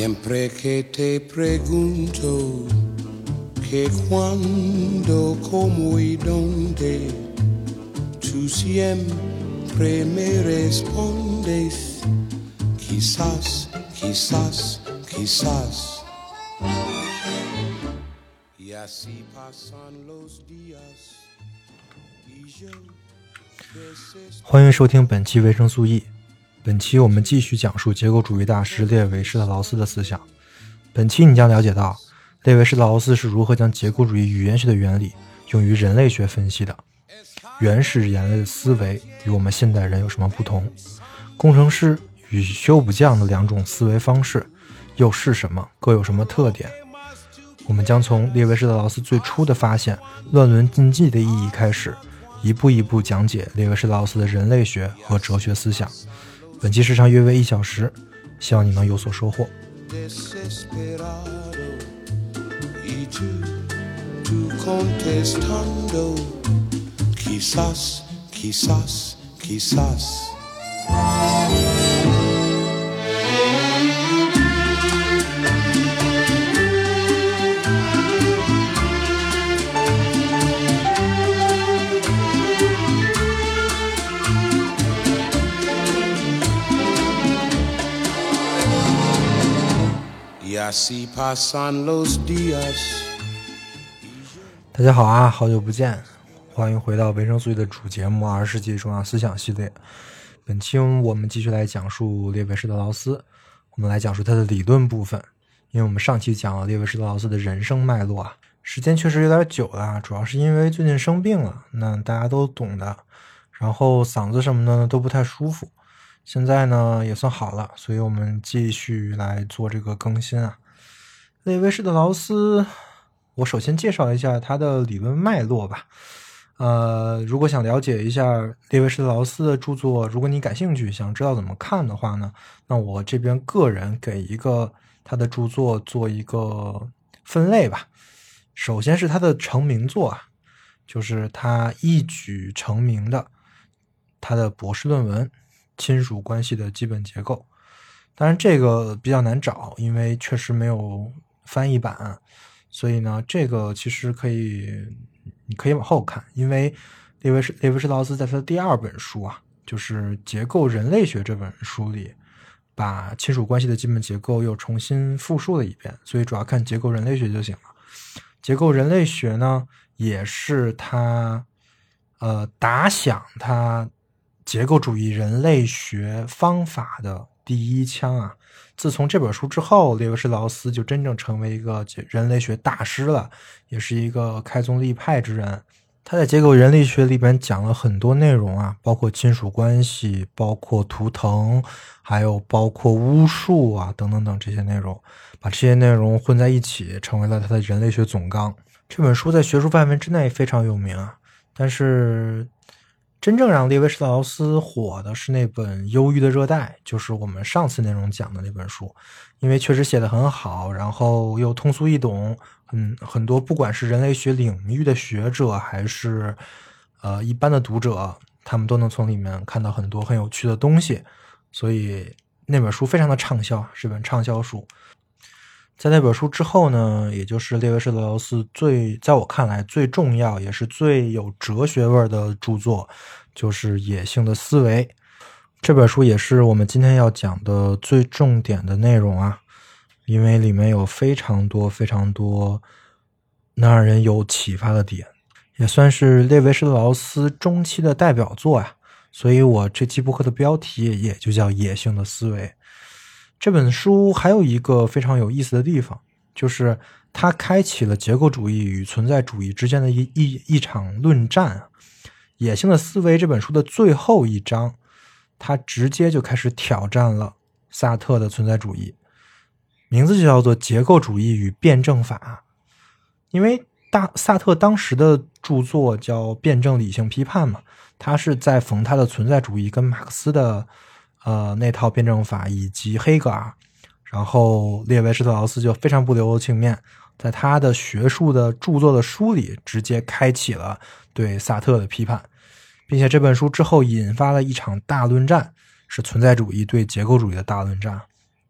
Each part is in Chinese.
Siempre que te pregunto que cuándo, cómo y dónde, tú siempre me respondes, quizás, quizás, quizás. Y así pasan los días y yo 欢迎收听本期维生素 E。 本期我们继续讲述结构主义大师列维施特劳斯的思想。本期你将了解到列维施特劳斯是如何将结构主义语言学的原理用于人类学分析的，原始人类的思维与我们现代人有什么不同，工程师与修补匠的两种思维方式又是什么，各有什么特点。我们将从列维施特劳斯最初的发现乱伦禁忌的意义开始，一步一步讲解列维施特劳斯的人类学和哲学思想。本期时长约为1小时，希望你能有所收获。大家好啊，好久不见，欢迎回到维生素 E 的主节目20世纪重要思想系列。本期我们继续来讲述列维施特劳斯，我们来讲述他的理论部分。因为我们上期讲了列维施特劳斯的人生脉络啊，时间确实有点久了，主要是因为最近生病了，那大家都懂的，然后嗓子什么的都不太舒服，现在呢也算好了，所以我们继续来做这个更新啊。列维施特劳斯，我首先介绍一下他的理论脉络吧。如果想了解一下列维施特劳斯的著作，如果你感兴趣，想知道怎么看的话呢，那我这边个人给一个他的著作做一个分类吧。首先是他的成名作啊，就是他一举成名的他的博士论文《亲属关系的基本结构》。当然这个比较难找，因为确实没有翻译版，所以呢这个其实你可以往后看，因为列维施特劳斯在他的第二本书啊，就是《结构人类学》这本书里，把亲属关系的基本结构又重新复述了一遍，所以主要看结构人类学就行了。结构人类学呢，也是他打响他结构主义人类学方法的第一枪啊。自从这本书之后，列维施特劳斯就真正成为一个人类学大师了，也是一个开宗立派之人。他在结构人类学里边讲了很多内容啊，包括亲属关系，包括图腾，还有包括巫术啊等等等这些内容，把这些内容混在一起，成为了他的人类学总纲。这本书在学术范围之内非常有名啊，但是真正让列维施特劳斯火的是那本《忧郁的热带》，就是我们上次内容讲的那本书，因为确实写得很好，然后又通俗易懂，很多不管是人类学领域的学者还是一般的读者，他们都能从里面看到很多很有趣的东西，所以那本书非常的畅销，是本畅销书。在那本书之后呢，也就是列维施特劳斯在我看来最重要也是最有哲学味的著作，就是《野性的思维》。这本书也是我们今天要讲的最重点的内容啊，因为里面有非常多非常多能让人有启发的点，也算是列维施特劳斯中期的代表作啊，所以我这期播客的标题也就叫《野性的思维》。这本书还有一个非常有意思的地方，就是它开启了结构主义与存在主义之间的一场论战。野性的思维这本书的最后一章，它直接就开始挑战了萨特的存在主义，名字就叫做结构主义与辩证法。因为萨特当时的著作叫辩证理性批判嘛，他是在讽他的存在主义跟马克思的那套辩证法以及黑格尔，然后列维施特劳斯就非常不留情面，在他的学术的著作的书里直接开启了对萨特的批判，并且这本书之后引发了一场大论战，是存在主义对结构主义的大论战。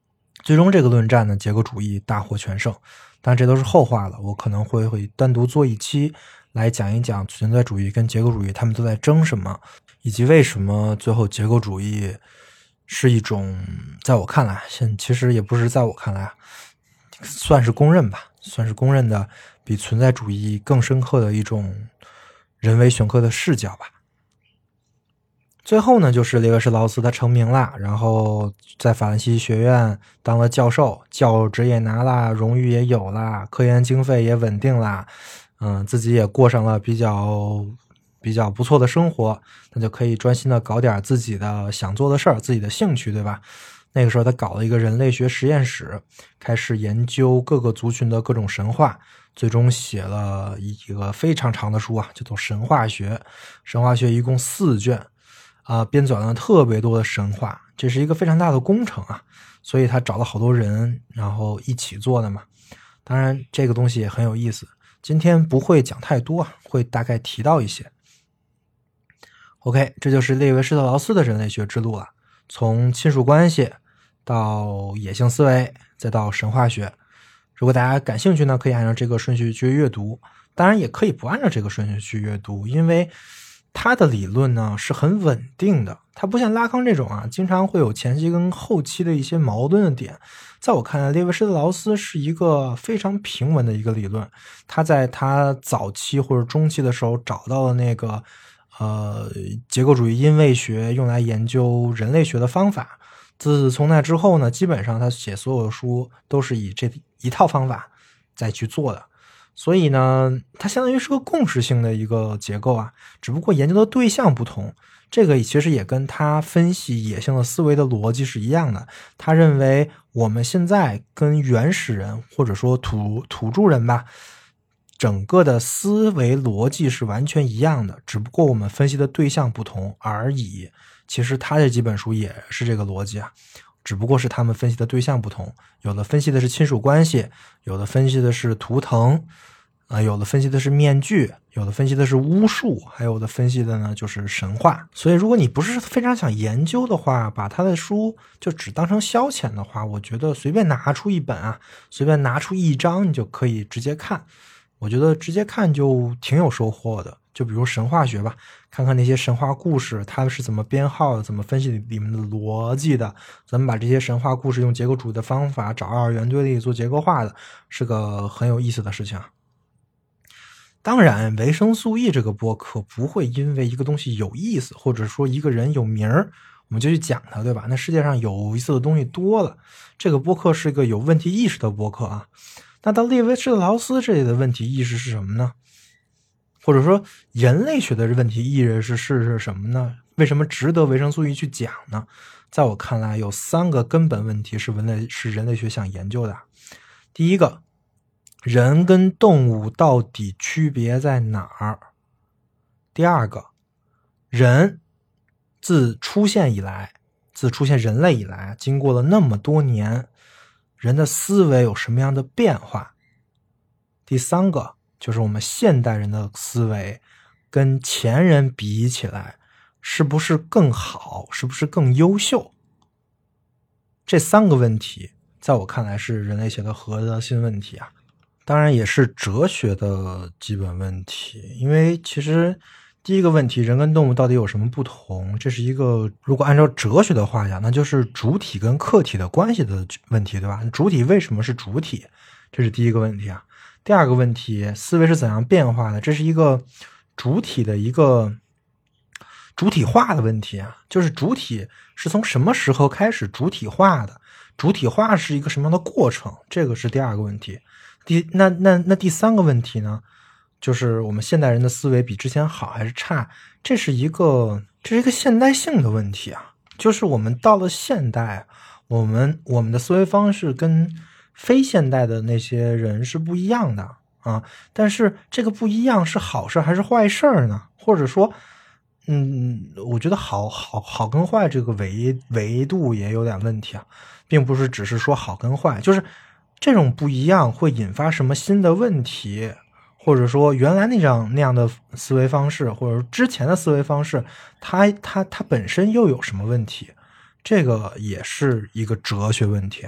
最终这个论战呢，结构主义大获全胜。但这都是后话了，我可能会单独做一期来讲一讲存在主义跟结构主义他们都在争什么，以及为什么最后结构主义是一种，在我看来，其实也不是在我看来，算是公认吧，算是公认的比存在主义更深刻的一种人为选课的视角吧。最后呢，就是列维施特劳斯他成名了，然后在法兰西学院当了教授，教职也拿了，荣誉也有了，科研经费也稳定了，自己也过上了比较不错的生活，那就可以专心的搞点自己的想做的事儿，自己的兴趣，对吧？那个时候他搞了一个人类学实验室，开始研究各个族群的各种神话，最终写了一个非常长的书啊，叫做《神话学》。神话学一共4卷。编纂了特别多的神话，这是一个非常大的工程啊，所以他找了好多人，然后一起做的嘛。当然，这个东西也很有意思，今天不会讲太多，会大概提到一些。OK， 这就是列维施特劳斯的人类学之路了，从亲属关系到野性思维，再到神话学。如果大家感兴趣呢，可以按照这个顺序去阅读，当然也可以不按照这个顺序去阅读，因为他的理论呢是很稳定的，他不像拉康这种啊，经常会有前期跟后期的一些矛盾的点。在我看来，列维施特劳斯是一个非常平稳的一个理论，他在他早期或者中期的时候找到了那个结构主义因位学用来研究人类学的方法。自从那之后呢，基本上他写所有的书都是以这一套方法再去做的。所以呢，它相当于是个共识性的一个结构啊，只不过研究的对象不同。这个其实也跟他分析野性的思维的逻辑是一样的。他认为我们现在跟原始人或者说土著人吧，整个的思维逻辑是完全一样的，只不过我们分析的对象不同而已。其实他这几本书也是这个逻辑啊，只不过是他们分析的对象不同，有的分析的是亲属关系，有的分析的是图腾，有的分析的是面具，有的分析的是巫术，还有的分析的呢就是神话。所以如果你不是非常想研究的话，把他的书就只当成消遣的话，我觉得随便拿出一本啊，随便拿出一章，你就可以直接看。我觉得直接看就挺有收获的。就比如神话学吧，看看那些神话故事它是怎么编号的，怎么分析里面的逻辑的，怎么把这些神话故事用结构主义的方法找二元对立做结构化的，是个很有意思的事情啊。当然维生素 E 这个播客不会因为一个东西有意思或者说一个人有名儿我们就去讲它，对吧？那世界上有意思的东西多了，这个播客是一个有问题意识的播客啊。那到列维施特劳斯这里的问题意识是什么呢？或者说人类学的问题意识是什么呢？为什么值得维生素 E 去讲呢？在我看来有3个根本问题是人类学想研究的。第一个，人跟动物到底区别在哪儿？第二个，人自出现人类以来，经过了那么多年，人的思维有什么样的变化？第3个，就是我们现代人的思维跟前人比起来，是不是更好，是不是更优秀？这3个问题在我看来是人类学的核心问题啊，当然也是哲学的基本问题。因为其实第一个问题，人跟动物到底有什么不同，这是一个如果按照哲学的话讲，那就是主体跟客体的关系的问题，对吧？主体为什么是主体，这是第一个问题啊。第二个问题，思维是怎样变化的，这是一个主体的一个主体化的问题啊，就是主体是从什么时候开始主体化的，主体化是一个什么样的过程，这个是第二个问题。那第3个问题呢，就是我们现代人的思维比之前好还是差，这是一个现代性的问题啊。就是我们到了现代，我们的思维方式跟非现代的那些人是不一样的啊。但是这个不一样是好事还是坏事呢？或者说我觉得好跟坏这个维度也有点问题啊，并不是只是说好跟坏，就是这种不一样会引发什么新的问题，或者说原来那样的思维方式，或者说之前的思维方式，它本身又有什么问题？这个也是一个哲学问题啊。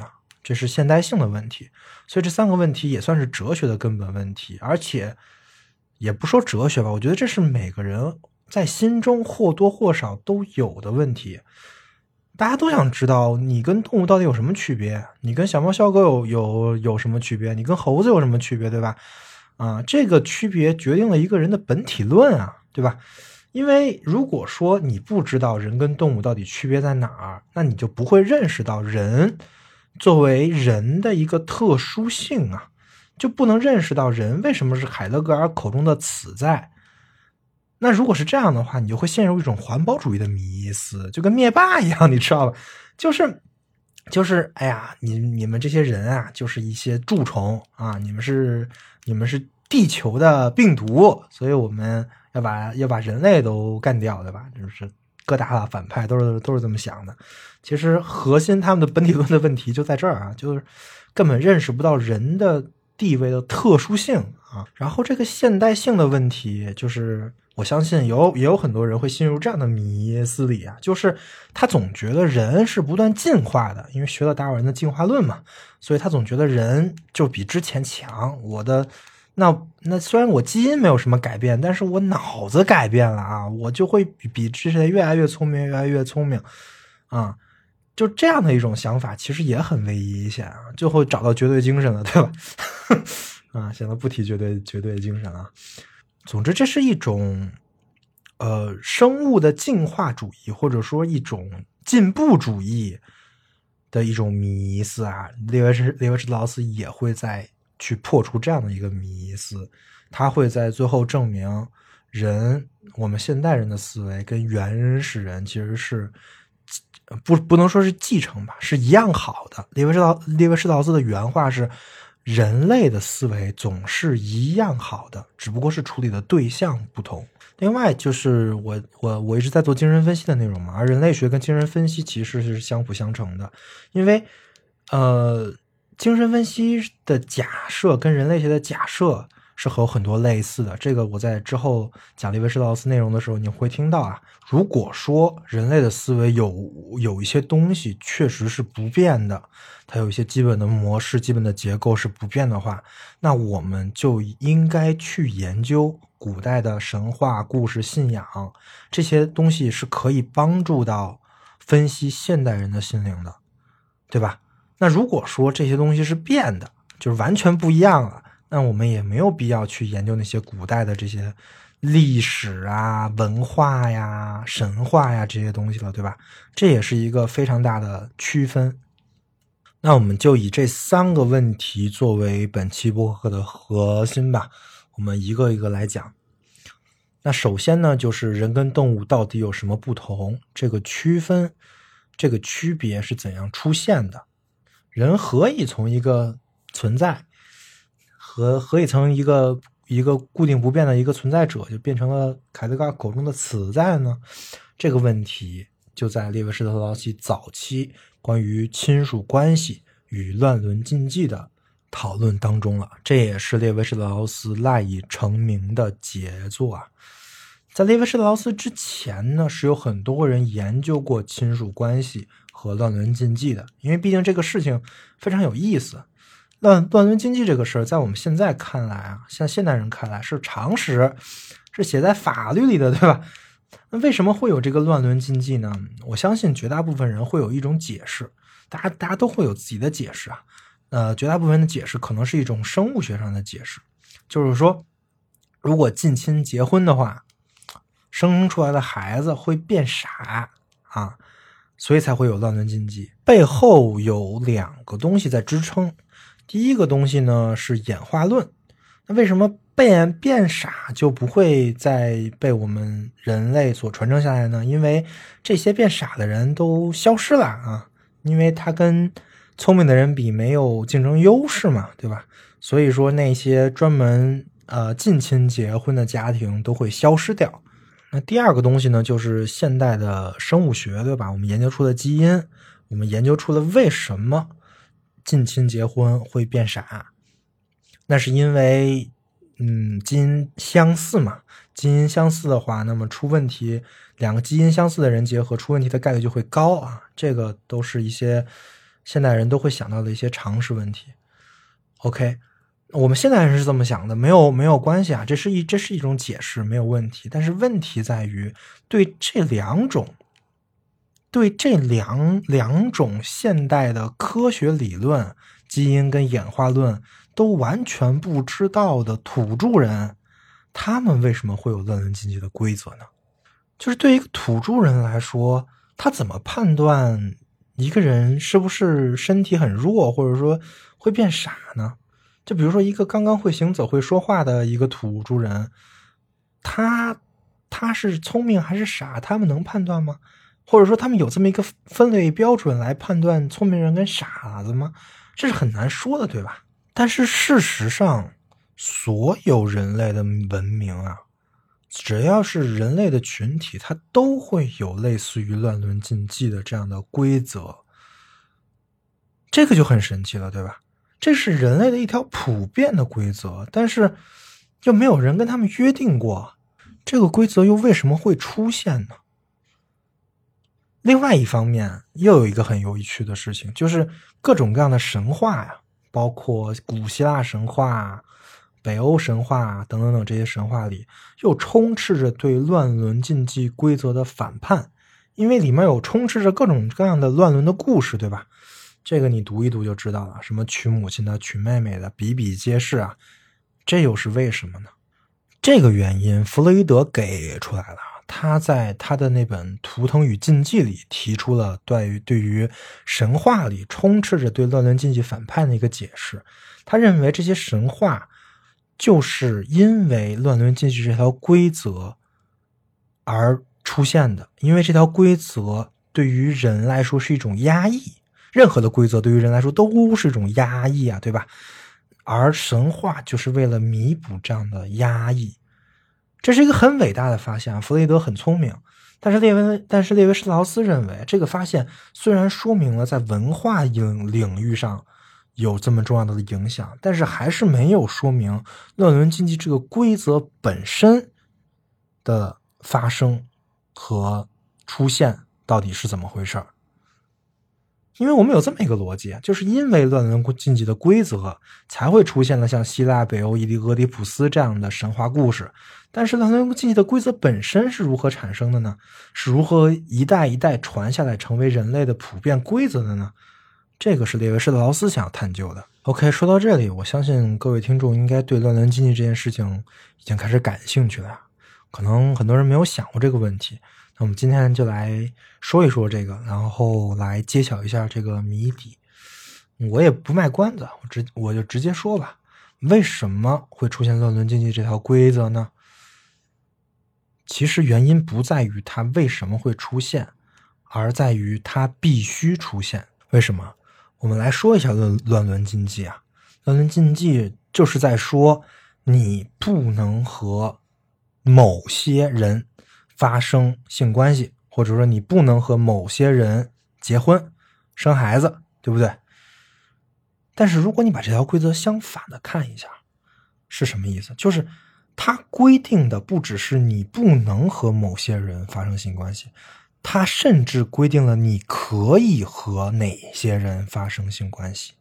这是现代性的问题。所以这3个问题也算是哲学的根本问题，而且也不说哲学吧，我觉得这是每个人在心中或多或少都有的问题。大家都想知道你跟动物到底有什么区别，你跟小猫小狗有什么区别，你跟猴子有什么区别，对吧？这个区别决定了一个人的本体论啊，对吧？因为如果说你不知道人跟动物到底区别在哪儿，那你就不会认识到人作为人的一个特殊性啊，就不能认识到人为什么是海德格尔口中的此在。那如果是这样的话，你就会陷入一种环保主义的迷思，就跟灭霸一样，你知道吧？就是哎呀，你们这些人啊，就是一些蛀虫啊，你们是地球的病毒，所以我们要把人类都干掉，对吧？就是各大的反派都是这么想的。其实核心他们的本体论的问题就在这儿啊，就是根本认识不到人的地位的特殊性啊。然后这个现代性的问题，就是我相信也有很多人会陷入这样的迷思里啊，就是他总觉得人是不断进化的，因为学了达尔文的进化论嘛，所以他总觉得人就比之前强。那虽然我基因没有什么改变，但是我脑子改变了啊，我就会比之前越来越聪明，越来越聪明啊。就这样的一种想法其实也很危险啊，最后找到绝对精神了，对吧？现在不提绝对精神了。总之这是一种生物的进化主义，或者说一种进步主义的一种迷思啊。列维施特劳斯也会在去破除这样的一个迷思，他会在最后证明我们现代人的思维跟原始人其实是不能说是继承吧，是一样好的。列维施特劳斯的原话是，人类的思维总是一样好的，只不过是处理的对象不同。另外就是我一直在做精神分析的内容嘛，而人类学跟精神分析其实是相辅相成的，因为精神分析的假设跟人类学的假设是有很多类似的，这个我在之后讲列维施特劳斯内容的时候你会听到啊。如果说人类的思维有一些东西确实是不变的，它有一些基本的模式、基本的结构是不变的话，那我们就应该去研究古代的神话、故事、信仰，这些东西是可以帮助到分析现代人的心灵的，对吧？那如果说这些东西是变的，就是完全不一样了，那我们也没有必要去研究那些古代的这些历史啊、文化呀、神话呀这些东西了，对吧？这也是一个非常大的区分。那我们就以这3个问题作为本期播客的核心吧，我们一个一个来讲。那首先呢，就是人跟动物到底有什么不同，这个区分，这个区别是怎样出现的？人何以从一个存在何以从一个固定不变的一个存在者就变成了凯德格尔口中的此在呢？这个问题就在列维施特劳斯早期关于亲属关系与乱伦禁忌的讨论当中了，这也是列维施特劳斯赖以成名的杰作啊。在列维施特劳斯之前呢，是有很多人研究过亲属关系和乱伦禁忌的，因为毕竟这个事情非常有意思。乱伦禁忌这个事儿，在我们现在看来啊，像现代人看来是常识，是写在法律里的，对吧？那为什么会有这个乱伦禁忌呢？我相信绝大部分人会有一种解释，大家都会有自己的解释啊。绝大部分的解释可能是一种生物学上的解释，就是说，如果近亲结婚的话，生出来的孩子会变傻啊，所以才会有乱伦禁忌。背后有2个东西在支撑。第一个东西呢是演化论，那为什么变傻就不会再被我们人类所传承下来呢？因为这些变傻的人都消失了啊，因为他跟聪明的人比没有竞争优势嘛，对吧？所以说那些专门近亲结婚的家庭都会消失掉。那第2个东西呢，就是现代的生物学，对吧？我们研究出了基因，我们研究出了为什么近亲结婚会变傻，那是因为基因相似嘛。基因相似的话，那么出问题，2个基因相似的人结合出问题的概率就会高啊。这个都是一些现代人都会想到的一些常识问题。OK， 我们现代人是这么想的，没有关系啊，这是一种解释，没有问题。但是问题在于对这两种现代的科学理论，基因跟演化论都完全不知道的土著人，他们为什么会有乱伦禁忌的规则呢？就是对于一个土著人来说，他怎么判断一个人是不是身体很弱，或者说会变傻呢？就比如说一个刚刚会行走会说话的一个土著人，他是聪明还是傻，他们能判断吗？或者说他们有这么一个分类标准来判断聪明人跟傻子吗？这是很难说的，对吧？但是事实上，所有人类的文明啊，只要是人类的群体，它都会有类似于乱伦禁忌的这样的规则。这个就很神奇了，对吧？这是人类的一条普遍的规则，但是又没有人跟他们约定过，这个规则又为什么会出现呢？另外一方面，又有一个很有趣的事情，就是各种各样的神话呀，包括古希腊神话、北欧神话等等等，这些神话里又充斥着对乱伦禁忌规则的反叛，因为里面有充斥着各种各样的乱伦的故事，对吧？这个你读一读就知道了，什么娶母亲的、娶妹妹的，比比皆是啊。这又是为什么呢？这个原因弗洛伊德给出来了，他在他的那本《图腾与禁忌》里提出了对于神话里充斥着对乱伦禁忌反叛的一个解释。他认为这些神话就是因为乱伦禁忌这条规则而出现的，因为这条规则对于人来说是一种压抑，任何的规则对于人来说都是一种压抑啊，对吧？而神话就是为了弥补这样的压抑。这是一个很伟大的发现，弗洛伊德很聪明，但是列维施特劳斯认为，这个发现虽然说明了在文化领域上有这么重要的影响，但是还是没有说明乱伦禁忌这个规则本身的发生和出现到底是怎么回事。因为我们有这么一个逻辑，就是因为乱伦禁忌的规则才会出现了像希腊、北欧、俄狄浦斯这样的神话故事。但是乱伦禁忌的规则本身是如何产生的呢？是如何一代一代传下来成为人类的普遍规则的呢？这个是列维施特劳斯想要探究的。OK， 说到这里，我相信各位听众应该对乱伦禁忌这件事情已经开始感兴趣了，可能很多人没有想过这个问题。那我们今天就来说一说这个，然后来揭晓一下这个谜底。我也不卖关子，我就直接说吧。为什么会出现乱伦禁忌这条规则呢？其实原因不在于它为什么会出现，而在于它必须出现。为什么？我们来说一下乱伦禁忌啊。乱伦禁忌就是在说你不能和某些人发生性关系，或者说你不能和某些人结婚生孩子，对不对？但是如果你把这条规则相反的看一下，是什么意思？就是它规定的不只是你不能和某些人发生性关系，它甚至规定了你可以和哪些人发生性关系。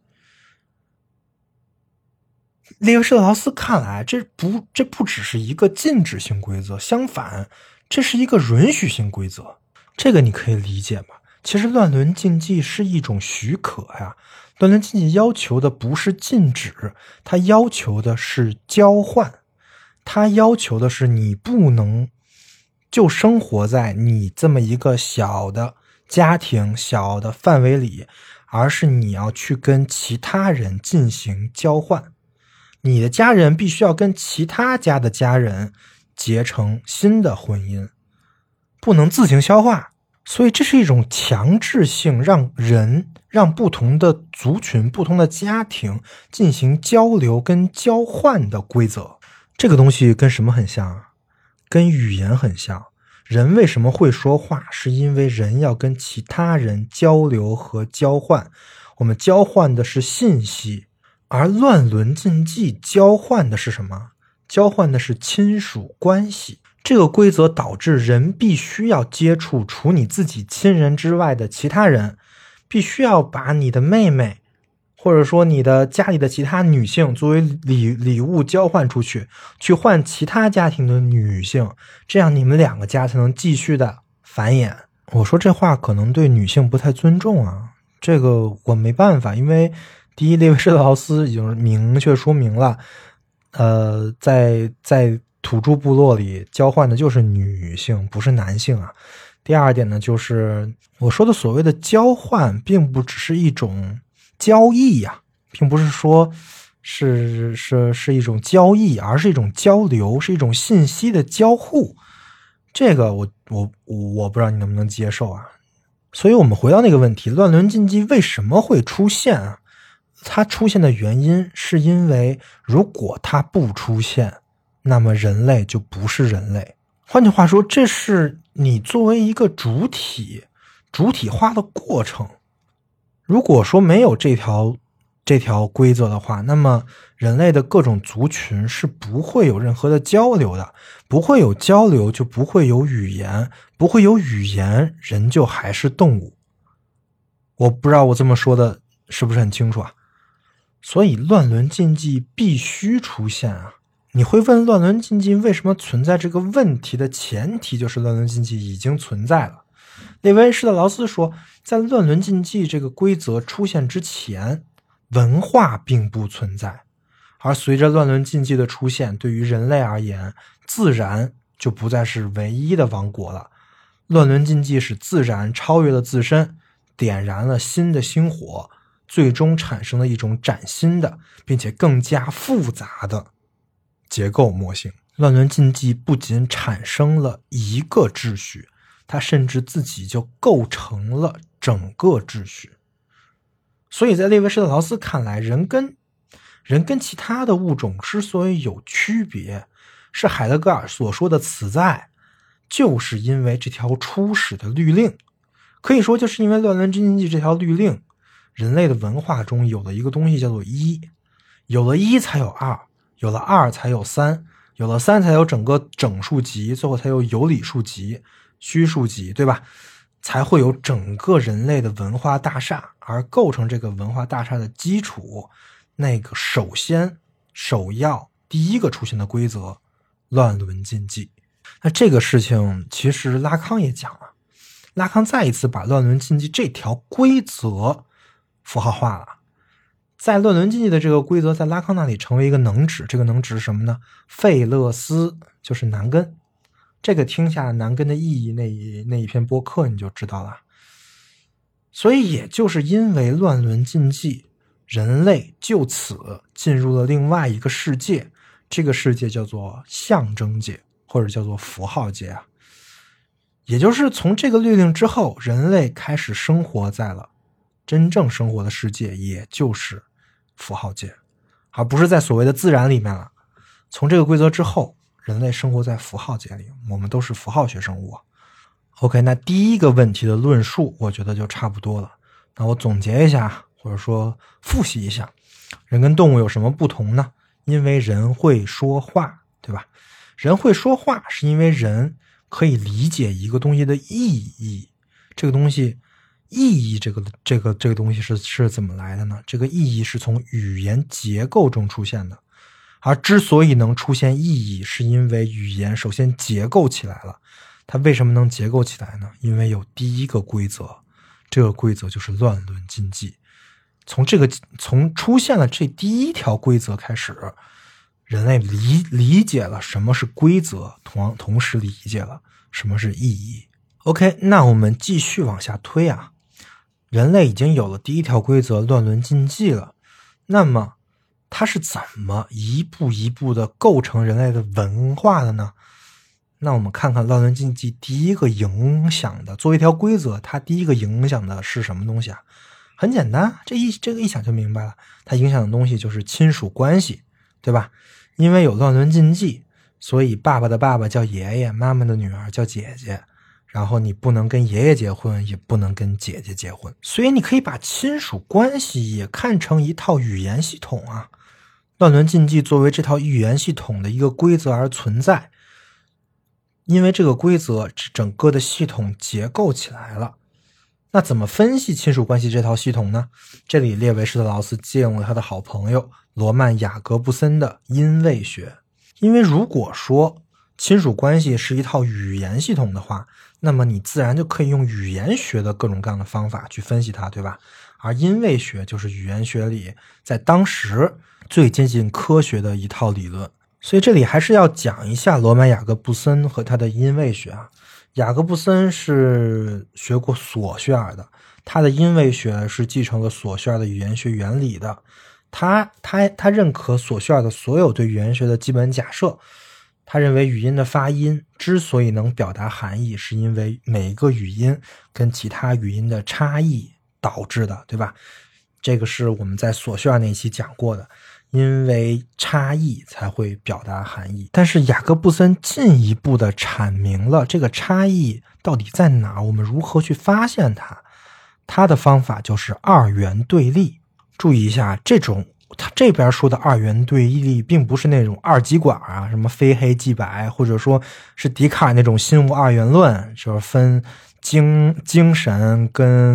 列维施特劳斯看来，这不只是一个禁止性规则，相反，这是一个允许性规则。这个你可以理解吧？其实乱伦禁忌是一种许可呀。乱伦禁忌要求的不是禁止，它要求的是交换，它要求的是你不能就生活在你这么一个小的家庭、小的范围里，而是你要去跟其他人进行交换。你的家人必须要跟其他家的家人结成新的婚姻，不能自行消化。所以这是一种强制性让不同的族群、不同的家庭进行交流跟交换的规则。这个东西跟什么很像啊？跟语言很像。人为什么会说话？是因为人要跟其他人交流和交换。我们交换的是信息，而乱伦禁忌交换的是什么？交换的是亲属关系。这个规则导致人必须要接触除你自己亲人之外的其他人， 必须要把你的妹妹或者说你的家里的其他女性作为礼物交换出去，去换其他家庭的女性，这样你们两个家才能继续的繁衍。我说这话可能对女性不太尊重啊，这个我没办法，因为第一，列维施特劳斯已经明确说明了，在土著部落里交换的就是女性，不是男性啊。第二点呢，就是我说的所谓的交换，并不只是一种交易呀，并不是说是一种交易，而是一种交流，是一种信息的交互。这个我不知道你能不能接受啊。所以我们回到那个问题，乱伦禁忌为什么会出现啊？它出现的原因是因为如果它不出现，那么人类就不是人类。换句话说，这是你作为一个主体化的过程。如果说没有这条规则的话，那么人类的各种族群是不会有任何的交流的，不会有交流就不会有语言，不会有语言，人就还是动物。我不知道我这么说的是不是很清楚啊？所以乱伦禁忌必须出现啊！你会问乱伦禁忌为什么存在这个问题的前提就是乱伦禁忌已经存在了。列维施特劳斯说，在乱伦禁忌这个规则出现之前，文化并不存在，而随着乱伦禁忌的出现，对于人类而言，自然就不再是唯一的王国了。乱伦禁忌使自然超越了自身，点燃了新的星火，最终产生了一种崭新的并且更加复杂的结构模型。乱伦禁忌不仅产生了一个秩序，它甚至自己就构成了整个秩序。所以在列维施特劳斯看来，人跟其他的物种之所以有区别，是海德格尔所说的此在，就是因为这条初始的律令。可以说就是因为乱伦禁忌这条律令，人类的文化中有了一个东西叫做一，有了一才有二，有了二才有三，有了三才有整个整数集，最后才有有理数集、虚数集，对吧？才会有整个人类的文化大厦，而构成这个文化大厦的基础，那个首要第一个出现的规则，乱伦禁忌。那这个事情其实拉康也讲了，拉康再一次把乱伦禁忌这条规则符号化了。在乱伦禁忌的这个规则在拉康那里成为一个能指，这个能指是什么呢？费勒斯，就是男根。这个听下男根的意义那一篇播客你就知道了。所以也就是因为乱伦禁忌，人类就此进入了另外一个世界，这个世界叫做象征界或者叫做符号界啊。也就是从这个律令之后，人类开始生活在了真正生活的世界，也就是符号界，而不是在所谓的自然里面了。从这个规则之后，人类生活在符号界里，我们都是符号学生物。OK， 那第一个问题的论述我觉得就差不多了。那我总结一下，或者说复习一下，人跟动物有什么不同呢？因为人会说话，对吧？人会说话是因为人可以理解一个东西的意义。这个东西意义这个东西是怎么来的呢？这个意义是从语言结构中出现的。而之所以能出现意义，是因为语言首先结构起来了。它为什么能结构起来呢？因为有第一个规则，这个规则就是乱伦禁忌。从出现了这第一条规则开始，人类理解了什么是规则，同时理解了什么是意义。OK， 那我们继续往下推啊。人类已经有了第一条规则乱伦禁忌了，那么它是怎么一步一步的构成人类的文化的呢？那我们看看乱伦禁忌第一个影响的，作为一条规则，它第一个影响的是什么东西啊？很简单，这个一想就明白了，它影响的东西就是亲属关系，对吧？因为有乱伦禁忌，所以爸爸的爸爸叫爷爷，妈妈的女儿叫姐姐，然后你不能跟爷爷结婚，也不能跟姐姐结婚。所以你可以把亲属关系也看成一套语言系统啊。乱伦禁忌作为这套语言系统的一个规则而存在，因为这个规则整个的系统结构起来了。 那怎么分析亲属关系这套系统呢？这里列维施特劳斯借用了他的好朋友罗曼雅各布森的因位学。因为如果说亲属关系是一套语言系统的话，那么你自然就可以用语言学的各种各样的方法去分析它，对吧？而因位学就是语言学里在当时最接近科学的一套理论。所以这里还是要讲一下罗曼雅各布森和他的因位学啊。雅各布森是学过索绪尔的，他的因位学是继承了索绪尔的语言学原理的。他认可索绪尔的所有对语言学的基本假设。他认为语音的发音之所以能表达含义，是因为每一个语音跟其他语音的差异导致的，对吧？这个是我们在索绪尔那期讲过的，因为差异才会表达含义。但是雅各布森进一步的阐明了这个差异到底在哪，我们如何去发现它。他的方法就是二元对立。注意一下，他这边说的二元对立并不是那种二极管啊，什么非黑即白，或者说是笛卡尔那种心物二元论，就是分精神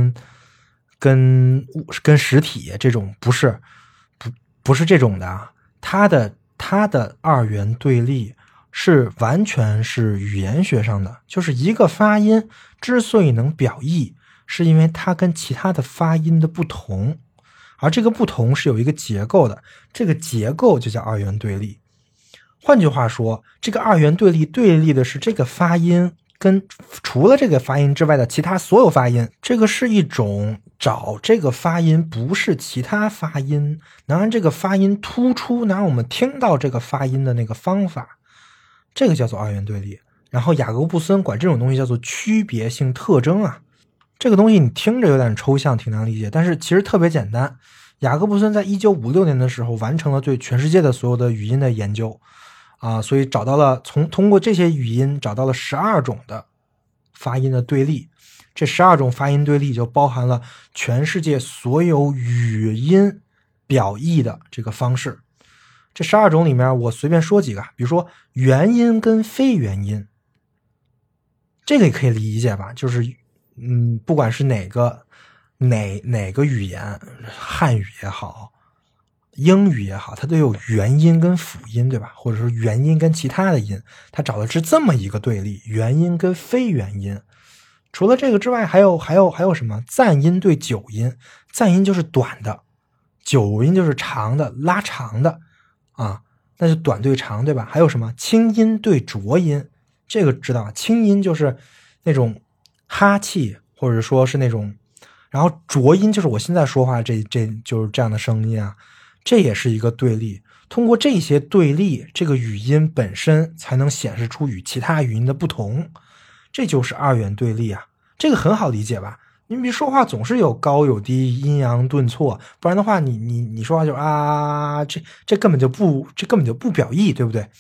跟实体，这种不是这种的啊。他的二元对立是完全是语言学上的，就是一个发音之所以能表意，是因为它跟其他的发音的不同。而这个不同是有一个结构的，这个结构就叫二元对立。换句话说，这个二元对立对立的是这个发音跟除了这个发音之外的其他所有发音。这个是一种找这个发音不是其他发音，能让这个发音突出，能让我们听到这个发音的那个方法，这个叫做二元对立。然后雅各布森管这种东西叫做区别性特征啊。这个东西你听着有点抽象，挺难理解，但是其实特别简单。雅各布森在1956年的时候完成了对全世界的所有的语音的研究所以找到了通过这些语音找到了12种的发音的对立。这12种发音对立就包含了全世界所有语音表意的这个方式。这12种里面我随便说几个，比如说元音跟非元音，这个也可以理解吧，就是不管是哪个语言，汉语也好，英语也好，它都有元音跟辅音，对吧？或者说元音跟其他的音，它找的是这么一个对立，元音跟非元音。除了这个之外，还有什么？赞音对久音，赞音就是短的，久音就是长的，拉长的那就短对长，对吧？还有什么？清音对浊音，这个知道，清音就是那种哈气，或者说是那种，然后浊音就是我现在说话这就是这样的声音啊，这也是一个对立。通过这些对立，这个语音本身才能显示出与其他语音的不同，这就是二元对立啊。这个很好理解吧？你比如说话总是有高有低，阴阳顿挫，不然的话你说话就这根本就不表意，对不对？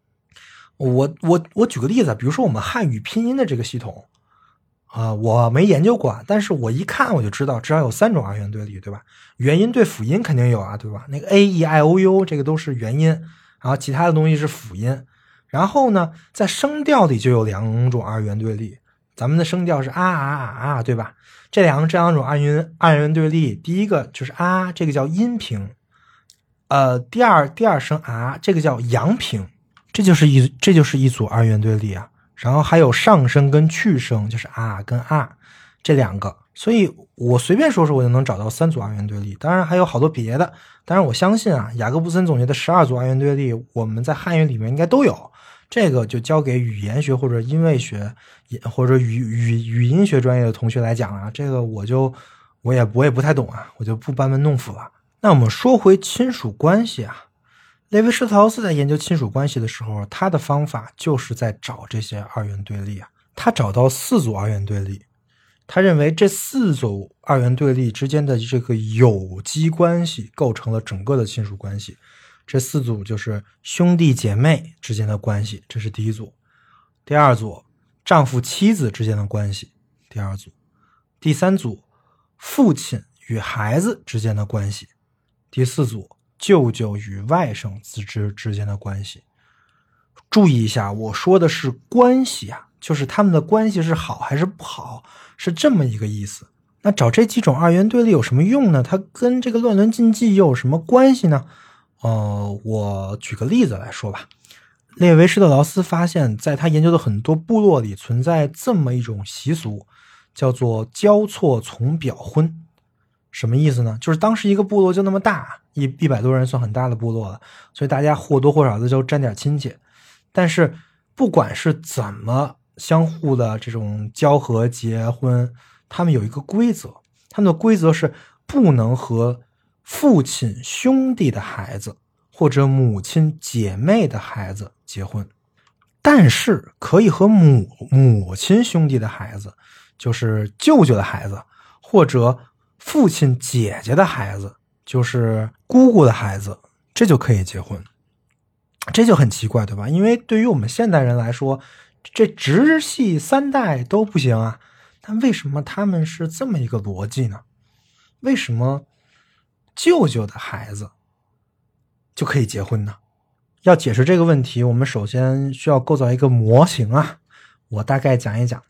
我举个例子，比如说我们汉语拼音的这个系统我没研究过，但是我一看我就知道至少有3种二元对立，对吧？元音对辅音肯定有啊，对吧？那个 A E I O U 这个都是元音，然后其他的东西是辅音。然后呢，在声调里就有2种二元对立，咱们的声调是对吧？这两种二元对立，第一个就是这个叫阴平，第二声这个叫阳平，这就是一组二元对立啊。然后还有上声跟去声，就是跟这2个，所以我随便说我就能找到3组二元对立。当然还有好多别的，当然我相信雅各布森总结的12组二元对立，我们在汉语里面应该都有。这个就交给语言学或者音位学或者语音学专业的同学来讲这个我也不太懂我就不班门弄斧了。那我们说回亲属关系列维施特劳斯在研究亲属关系的时候，他的方法就是在找这些二元对立他找到4组二元对立，他认为这4组二元对立之间的这个有机关系构成了整个的亲属关系。这4组就是兄弟姐妹之间的关系，这是第一组。第二组，丈夫妻子之间的关系，第二组。第三组，父亲与孩子之间的关系。第四组，舅舅与外甥之间的关系。注意一下，我说的是关系就是他们的关系是好还是不好，是这么一个意思。 那找这几种二元对立有什么用呢？它跟这个乱伦禁忌又有什么关系呢？我举个例子来说吧。列维施特劳斯发现，在他研究的很多部落里存在这么一种习俗，叫做交错从表婚。什么意思呢？就是当时一个部落就那么大，100多人算很大的部落了，所以大家或多或少的就沾点亲戚。但是不管是怎么相互的这种交合结婚，他们有一个规则，他们的规则是不能和父亲兄弟的孩子或者母亲姐妹的孩子结婚，但是可以和母亲兄弟的孩子，就是舅舅的孩子，或者父亲姐姐的孩子，就是姑姑的孩子，这就可以结婚。这就很奇怪，对吧？因为对于我们现代人来说，这直系3代都不行啊。但为什么他们是这么一个逻辑呢？为什么舅舅的孩子就可以结婚呢？要解释这个问题，我们首先需要构造一个模型啊。我大概讲一讲。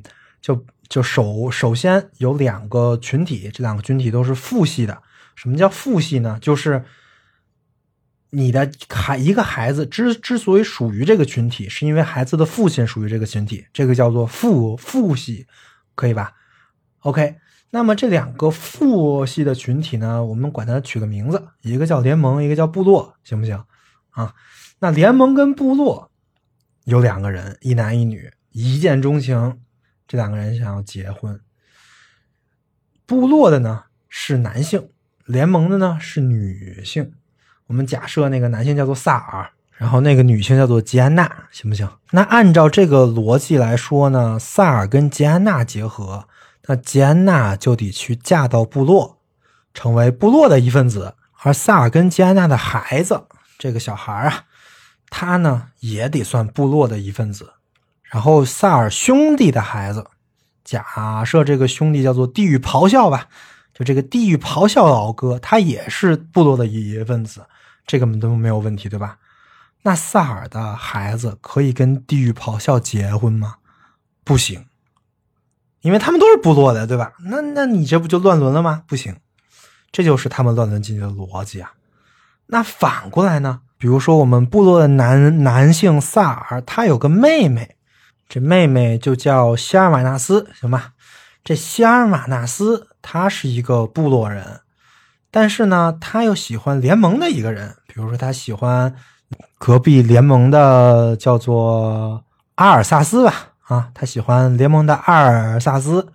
首先有2个群体，这2个群体都是父系的。什么叫父系呢？就是你的一个孩子之所以属于这个群体，是因为孩子的父亲属于这个群体，这个叫做父系，可以吧 ？OK， 那么这2个父系的群体呢，我们管它取个名字，一个叫联盟，一个叫部落，行不行啊？那联盟跟部落有2个人，一男一女，一见钟情，这2个人想要结婚。部落的呢是男性，联盟的呢是女性。我们假设那个男性叫做萨尔，然后那个女性叫做吉安娜，行不行？那按照这个逻辑来说呢，萨尔跟吉安娜结合，那吉安娜就得去嫁到部落，成为部落的一份子。而萨尔跟吉安娜的孩子，这个小孩啊，他呢也得算部落的一份子。然后萨尔兄弟的孩子，假设这个兄弟叫做地狱咆哮吧，就这个地狱咆哮老哥，他也是部落的一份子，这个都没有问题，对吧？那萨尔的孩子可以跟地狱咆哮结婚吗？不行，因为他们都是部落的，对吧？那你这不就乱伦了吗？不行，这就是他们乱伦禁忌的逻辑啊。那反过来呢？比如说我们部落的男性萨尔，他有个妹妹，这妹妹就叫希尔玛纳斯，行吧？这希尔玛纳斯他是一个部落人，但是呢他又喜欢联盟的一个人，比如说他喜欢隔壁联盟的叫做阿尔萨斯吧，他喜欢联盟的阿尔萨斯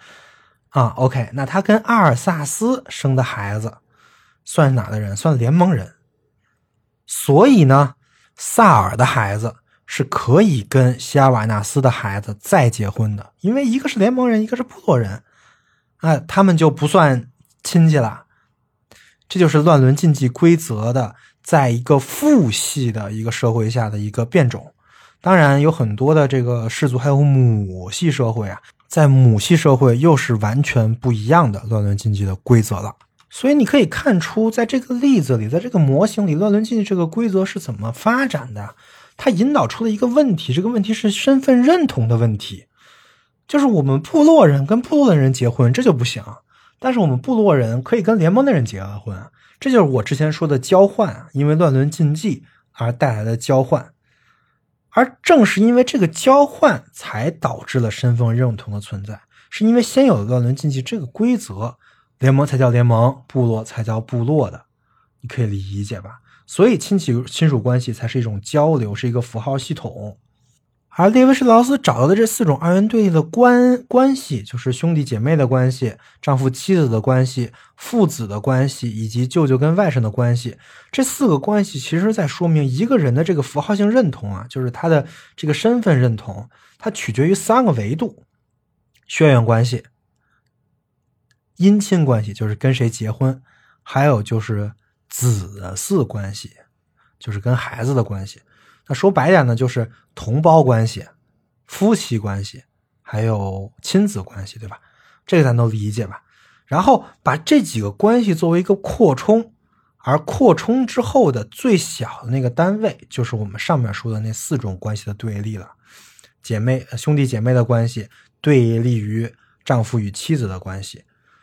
OK， 那他跟阿尔萨斯生的孩子算是哪的人？算联盟人。所以呢萨尔的孩子是可以跟希尔瓦纳斯的孩子再结婚的，因为一个是联盟人，一个是部落人他们就不算亲戚了。这就是乱伦禁忌规则的在一个父系的一个社会下的一个变种。当然有很多的这个氏族还有母系社会在母系社会又是完全不一样的乱伦禁忌的规则了。所以你可以看出，在这个例子里，在这个模型里，乱伦禁忌这个规则是怎么发展的。它引导出了一个问题，这个问题是身份认同的问题。就是我们部落人跟部落的人结婚，这就不行，但是我们部落人可以跟联盟的人结婚，这就是我之前说的交换，因为乱伦禁忌而带来的交换。而正是因为这个交换才导致了身份认同的存在，是因为先有了乱伦禁忌这个规则，联盟才叫联盟，部落才叫部落的，你可以理解吧？所以亲属关系才是一种交流，是一个符号系统。而列维施特劳斯找到的这4种二元对立的关系，就是兄弟姐妹的关系、丈夫妻子的关系、父子的关系以及舅舅跟外甥的关系。这4个关系其实在说明一个人的这个符号性认同就是他的这个身份认同，它取决于3个维度：血缘关系、姻亲关系，就是跟谁结婚，还有就是子嗣关系，就是跟孩子的关系。那说白点呢，就是同胞关系、夫妻关系还有亲子关系，对吧？这个咱都理解吧。然后把这几个关系作为一个扩充，而扩充之后的最小的那个单位就是我们上面说的那4种关系的对立了。兄弟姐妹的关系对立于丈夫与妻子的关系，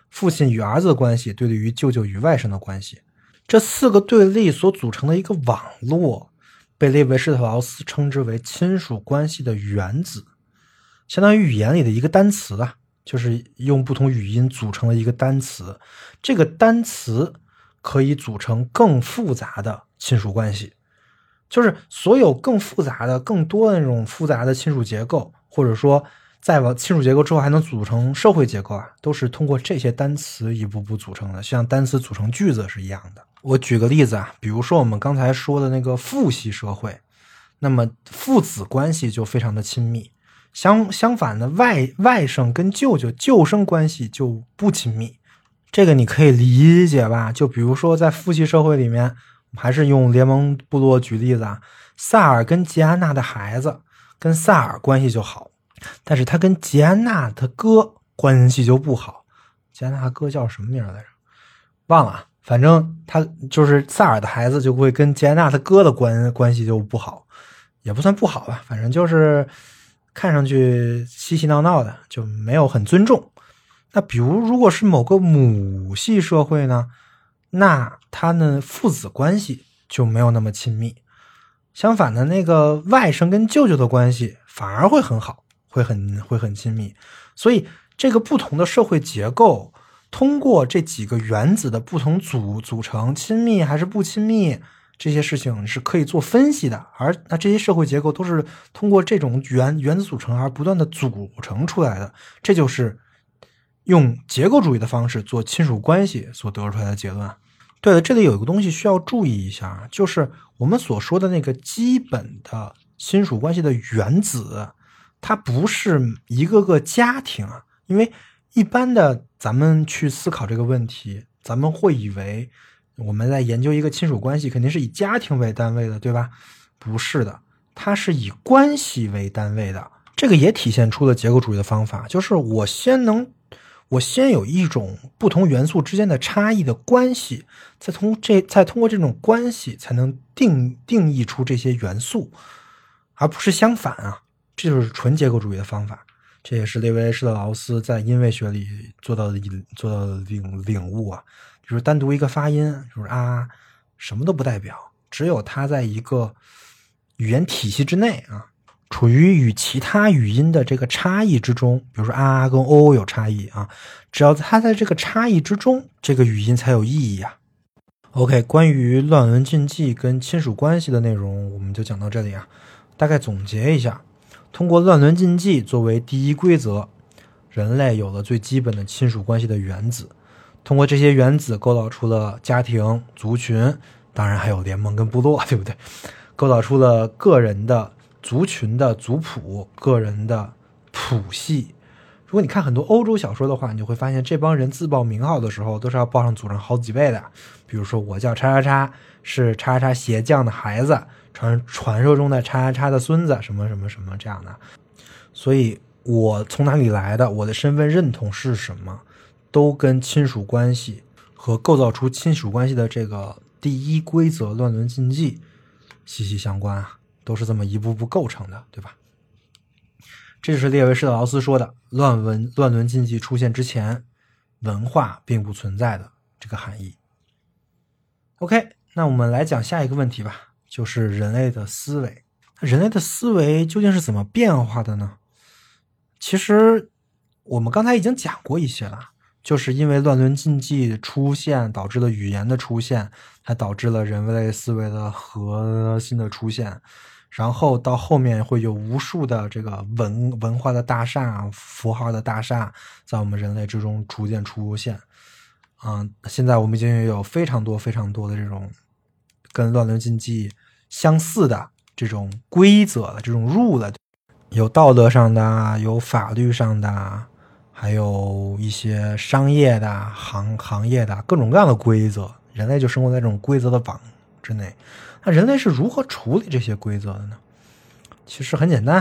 父亲与儿子的关系对立于舅舅与外甥的关系。这4个对立所组成的一个网络，被列维施特劳斯称之为亲属关系的原子，相当于语言里的一个单词啊，就是用不同语音组成了一个单词。这个单词可以组成更复杂的亲属关系，就是所有更复杂的、更多的那种复杂的亲属结构，或者说再往亲属结构之后还能组成社会结构啊，都是通过这些单词一步步组成的，像单词组成句子是一样的。我举个例子啊，比如说我们刚才说的那个父系社会，那么父子关系就非常的亲密，相反的外甥跟舅生关系就不亲密。这个你可以理解吧？就比如说在父系社会里面，还是用联盟部落举例子啊，萨尔跟吉安娜的孩子跟萨尔关系就好，但是他跟吉安娜的哥关系就不好。吉安娜的哥叫什么名来着？忘了，反正他就是萨尔的孩子就会跟吉安娜的哥的关系就不好，也不算不好吧，反正就是看上去嬉嬉闹闹的，就没有很尊重。那比如如果是某个母系社会呢，那他的父子关系就没有那么亲密，相反的那个外甥跟舅舅的关系反而会很好，会很亲密。所以这个不同的社会结构通过这几个原子的不同组成，亲密还是不亲密，这些事情是可以做分析的。而那这些社会结构都是通过这种原子组成而不断的组成出来的，这就是用结构主义的方式做亲属关系所得出来的结论。对了，这里有一个东西需要注意一下，就是我们所说的那个基本的亲属关系的原子，它不是一个个家庭啊，因为一般的咱们去思考这个问题，咱们会以为我们在研究一个亲属关系肯定是以家庭为单位的，对吧？不是的，它是以关系为单位的。这个也体现出了结构主义的方法，就是我先有一种不同元素之间的差异的关系，再通过这种关系才能定义出这些元素，而不是相反啊。这就是纯结构主义的方法，这也是列维施特劳斯在音位学里做到的领悟啊。就是单独一个发音，就是啊，什么都不代表，只有它在一个语言体系之内啊，处于与其他语音的这个差异之中，比如说啊跟哦有差异啊，只要它在这个差异之中，这个语音才有意义啊。OK， 关于乱伦禁忌跟亲属关系的内容我们就讲到这里啊。大概总结一下，通过乱伦禁忌作为第一规则，人类有了最基本的亲属关系的原子，通过这些原子构造出了家庭、族群，当然还有联盟跟部落，对不对？构造出了个人的族群的族谱，个人的谱系。如果你看很多欧洲小说的话，你就会发现这帮人自报名号的时候都是要报上祖上好几辈的。比如说我叫叉叉叉，是叉叉鞋匠的孩子，传说中的叉叉叉的孙子，什么什么什么这样的。所以我从哪里来的，我的身份认同是什么，都跟亲属关系和构造出亲属关系的这个第一规则乱伦禁忌息息相关啊，都是这么一步步构成的，对吧？这就是列维施特劳斯说的乱伦禁忌出现之前，文化并不存在的这个含义。OK， 那我们来讲下一个问题吧，就是人类的思维。人类的思维究竟是怎么变化的呢？其实我们刚才已经讲过一些了，就是因为乱伦禁忌出现导致了语言的出现，还导致了人类思维的核心的出现，然后到后面会有无数的这个文化的大厦、符号的大厦在我们人类之中逐渐出现。现在我们已经有非常多的这种跟乱伦禁忌相似的这种规则了，这种rule，有道德上的，有法律上的，还有一些商业的、行业的各种各样的规则，人类就生活在这种规则的网之内。那人类是如何处理这些规则的呢？其实很简单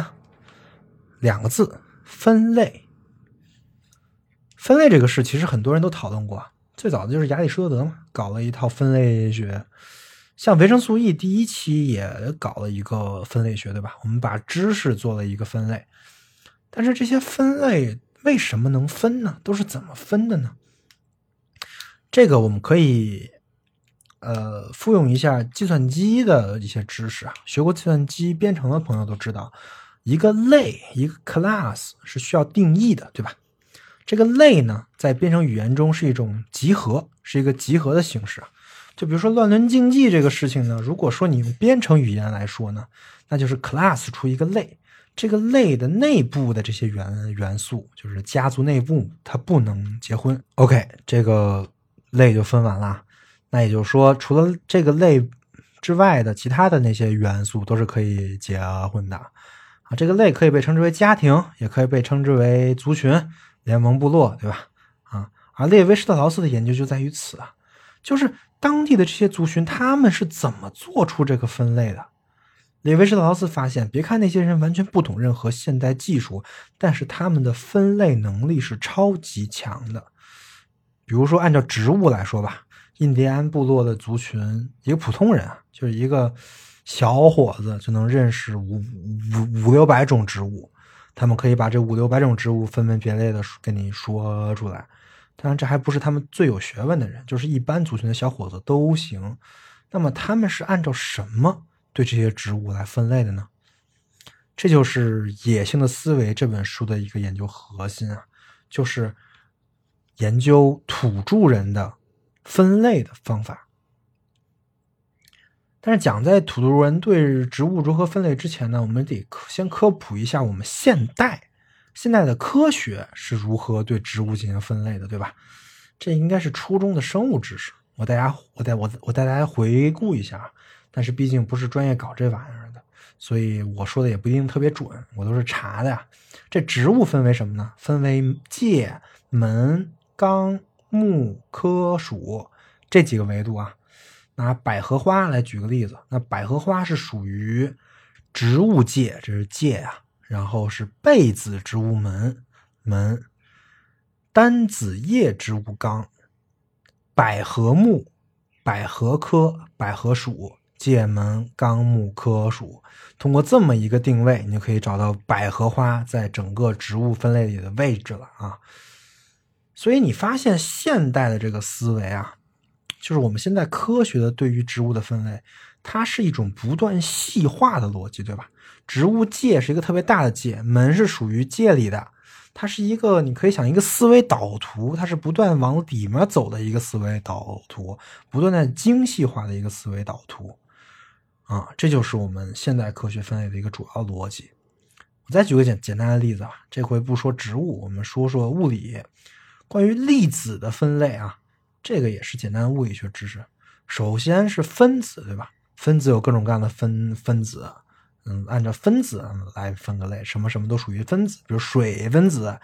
，2个字：分类。分类这个事其实很多人都讨论过，最早的就是亚里士多德嘛，搞了一套分类学。像维生素 E 第1期也搞了一个分类学，对吧？我们把知识做了一个分类。但是这些分类为什么能分呢？都是怎么分的呢？ 这个我们可以复用一下计算机的一些知识啊，学过计算机编程的朋友都知道，一个类一个 class 是需要定义的，对吧？这个类呢，在编程语言中是一种集合，是一个集合的形式啊。就比如说乱伦竞技这个事情呢，如果说你用编程语言来说呢，那就是 class 出一个类，这个类的内部的这些元素，就是家族内部它不能结婚。OK， 这个类就分完了。那也就是说，除了这个类之外的其他的那些元素都是可以结婚的啊。这个类可以被称之为家庭，也可以被称之为族群、联盟、部落，对吧？啊，而列维施特劳斯的研究就在于此啊，就是当地的这些族群他们是怎么做出这个分类的。列维施特劳斯发现，别看那些人完全不懂任何现代技术，但是他们的分类能力是超级强的。比如说按照植物来说吧，印第安部落的族群，一个普通人啊，就是一个小伙子就能认识五六百种植物，他们可以把这500-600种植物分门别类的跟你说出来。当然这还不是他们最有学问的人，就是一般族群的小伙子都行。那么他们是按照什么对这些植物来分类的呢？这就是《野性的思维》这本书的一个研究核心啊，就是研究土著人的分类的方法。但是讲在土著人对植物如何分类之前呢，我们得先科普一下我们现代的科学是如何对植物进行分类的，对吧？这应该是初中的生物知识，我带大家回顾一下，但是毕竟不是专业搞这玩意儿的，所以我说的也不一定特别准，我都是查的呀。这植物分为什么呢？分为界、门、纲、目、科、属这几个维度啊。拿百合花来举个例子，那百合花是属于植物界，这是界啊，然后是被子植物门，单子叶植物纲，百合目、百合科、百合属、界门、纲、目、科、属。通过这么一个定位，你就可以找到百合花在整个植物分类里的位置了啊。所以你发现现代的这个思维啊，就是我们现在科学的对于植物的分类，它是一种不断细化的逻辑，对吧？植物界是一个特别大的界，门是属于界里的，它是一个你可以想一个思维导图，它是不断往里面走的一个思维导图，不断的精细化的一个思维导图啊，这就是我们现代科学分类的一个主要逻辑。我再举个简单的例子啊，这回不说植物，我们说说物理。关于粒子的分类啊，这个也是简单的物理学知识。首先是分子，对吧？分子有各种各样的分子，按照分子来分个类，什么什么都属于分子。比如水分子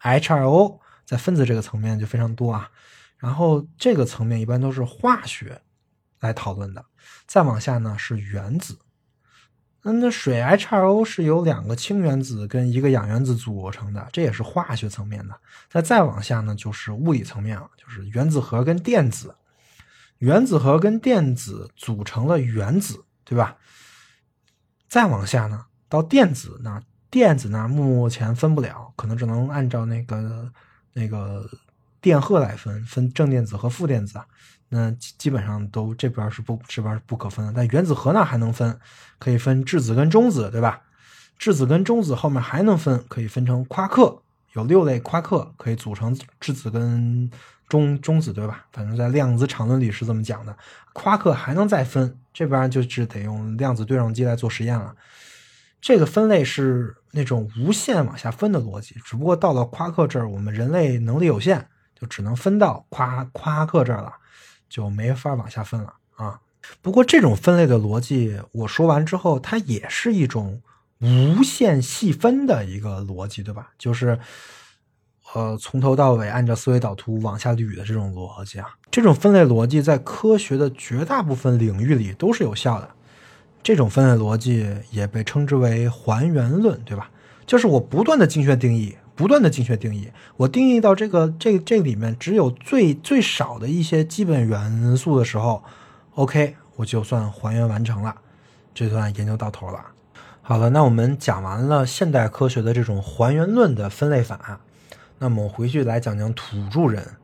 H2O 在分子这个层面就非常多啊。然后这个层面一般都是化学来讨论的。再往下呢是原子。那水 H2O 是由2个氢原子跟1个氧原子组成的，这也是化学层面的。再往下呢就是物理层面了，就是原子核跟电子。原子核跟电子组成了原子，对吧？再往下呢到电子呢，电子呢目前分不了，可能只能按照那个电荷来分正电子和负电子啊。那基本上都这边是不可分的，但原子核呢还能分，可以分质子跟中子，对吧？质子跟中子后面还能分，可以分成夸克，有6类夸克可以组成质子跟中子，对吧？反正在量子场论里是这么讲的。夸克还能再分，这边就是得用量子对撞机来做实验了。这个分类是那种无限往下分的逻辑，只不过到了夸克这儿，我们人类能力有限，就只能分到夸克这儿了，就没法往下分了啊。不过这种分类的逻辑我说完之后，它也是一种无限细分的一个逻辑，对吧？就是从头到尾按照思维导图往下捋的这种逻辑啊。这种分类逻辑在科学的绝大部分领域里都是有效的。这种分类逻辑也被称之为还原论，对吧？就是我不断的精确定义，我定义到这里面只有最少的一些基本元素的时候 OK 我就算还原完成了，这算研究到头了。好了，那我们讲完了现代科学的这种还原论的分类法，那么我回去来讲讲土著人。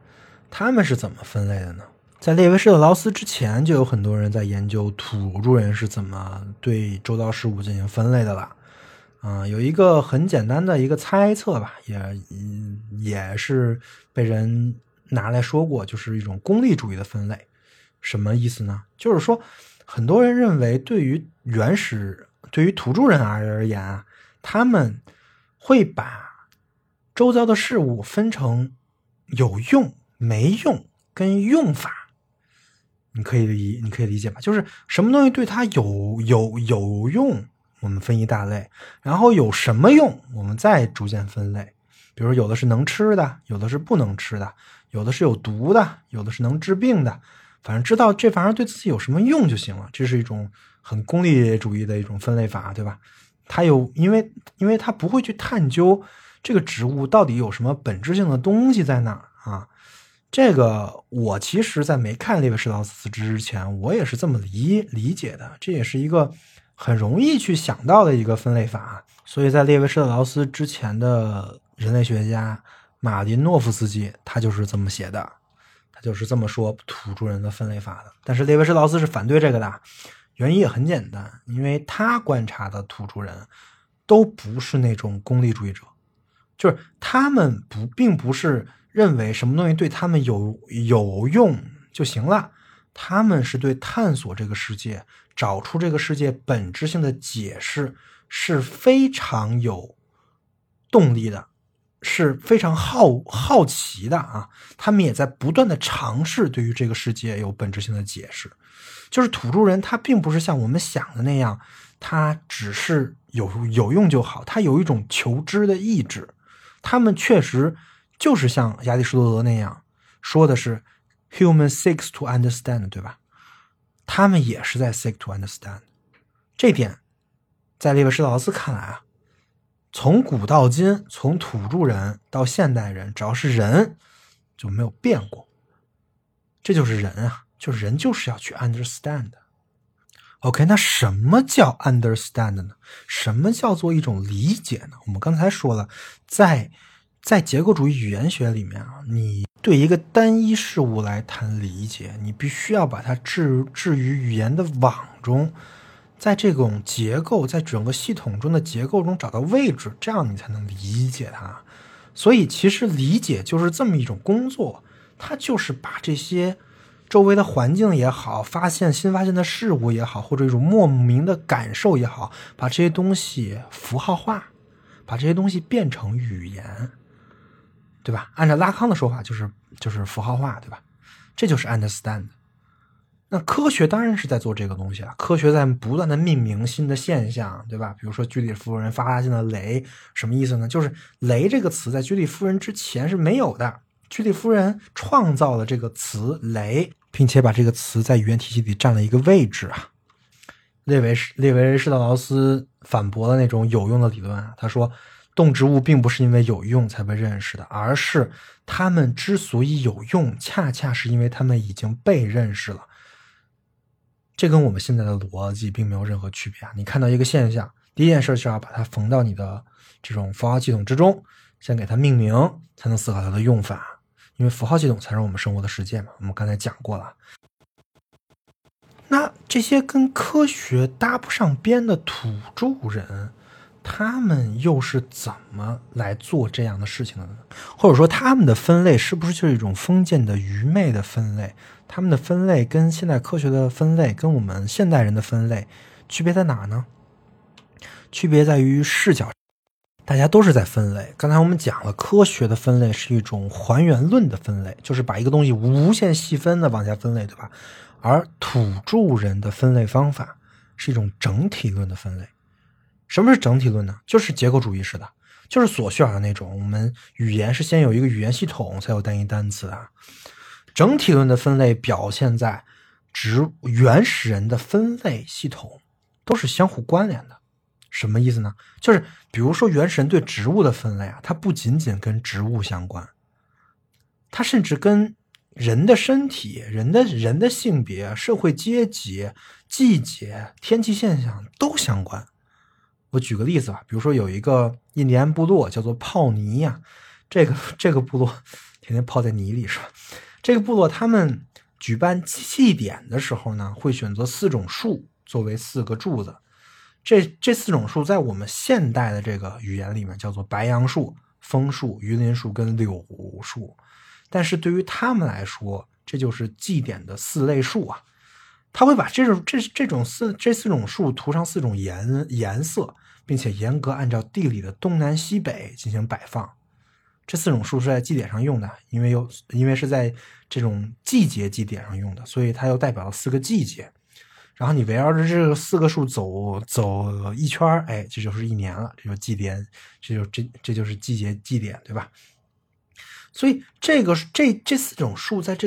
他们是怎么分类的呢？在列维施特劳斯之前，就有很多人在研究土著人是怎么对周遭事物进行分类的了。有一个很简单的一个猜测吧，也是被人拿来说过，就是一种功利主义的分类。什么意思呢？就是说，很多人认为对于土著人而言啊，他们会把周遭的事物分成有用、没用跟用法。你可以理解吧？就是什么东西对它有用，我们分一大类，然后有什么用，我们再逐渐分类。比如有的是能吃的，有的是不能吃的，有的是有毒的，有的是能治病的。反正知道这玩意儿对自己有什么用就行了。这是一种很功利主义的一种分类法，对吧？它因为它不会去探究这个植物到底有什么本质性的东西在哪儿啊。这个我其实在没看列维施特劳斯之前，我也是这么理解的。这也是一个很容易去想到的一个分类法。所以在列维施特劳斯之前的人类学家马林诺夫斯基，他就是这么写的，他就是这么说土著人的分类法的。但是列维施特劳斯是反对这个的，原因也很简单，因为他观察的土著人都不是那种功利主义者，就是他们并不是认为什么东西对他们有用就行了，他们是对探索这个世界，找出这个世界本质性的解释是非常有动力的，是非常好奇的啊！他们也在不断的尝试对于这个世界有本质性的解释。就是土著人他并不是像我们想的那样，他只是有用就好，他有一种求知的意志。他们确实就是像亚里士多德那样说的是 human seeks to understand， 对吧？他们也是在 seek to understand。 这点在列维施特劳斯看来啊，从古到今，从土著人到现代人，只要是人就没有变过。这就是人啊，就是人就是要去 understand。 OK， 那什么叫 understand 呢？什么叫做一种理解呢？我们刚才说了，在结构主义语言学里面啊，你对一个单一事物来谈理解，你必须要把它置于语言的网中，在这种结构，在整个系统中的结构中找到位置，这样你才能理解它。所以其实理解就是这么一种工作，它就是把这些周围的环境也好，新发现的事物也好，或者一种莫名的感受也好，把这些东西符号化，把这些东西变成语言，对吧？按照拉康的说法，就是符号化，对吧？这就是 understand。 那科学当然是在做这个东西了，科学在不断的命名新的现象，对吧？比如说居里夫人发现了雷，什么意思呢？就是雷这个词在居里夫人之前是没有的，居里夫人创造了这个词雷，并且把这个词在语言体系里占了一个位置啊。列维施特劳斯反驳了那种有用的理论啊，他说动植物并不是因为有用才被认识的，而是它们之所以有用，恰恰是因为它们已经被认识了。这跟我们现在的逻辑并没有任何区别啊！你看到一个现象，第一件事是要把它缝到你的这种符号系统之中，先给它命名，才能思考它的用法。因为符号系统才是我们生活的世界嘛，我们刚才讲过了。那这些跟科学搭不上边的土著人，他们又是怎么来做这样的事情的呢？或者说他们的分类是不是就是一种封建的愚昧的分类？他们的分类跟现代科学的分类，跟我们现代人的分类区别在哪呢？区别在于视角。大家都是在分类。刚才我们讲了，科学的分类是一种还原论的分类，就是把一个东西无限细分的往下分类，对吧？而土著人的分类方法是一种整体论的分类。什么是整体论呢？就是结构主义式的，就是所需要的那种。我们语言是先有一个语言系统，才有单一单词啊。整体论的分类表现在原始人的分类系统都是相互关联的。什么意思呢？就是比如说原始人对植物的分类啊，它不仅仅跟植物相关，它甚至跟人的身体、人的性别、社会阶级、季节、天气现象都相关。我举个例子吧，比如说有一个印第安部落叫做泡泥呀，这个部落天天泡在泥里是吧？ 这个部落他们举办祭典的时候呢，会选择4种树作为4个柱子。这4种树在我们现代的这个语言里面叫做白杨树、枫树、榆林树跟柳树，但是对于他们来说，这就是祭典的4类树啊。他会把这4种树涂上4种颜色，并且严格按照地理的东南西北进行摆放。这4种树是在祭典上用的，因为是在这种季节祭典上用的，所以它又代表了4个季节。然后你围绕着这4个树走一圈，哎，这就是1年了，这就是祭典，这就是季节祭典，对吧？所以这4种树在这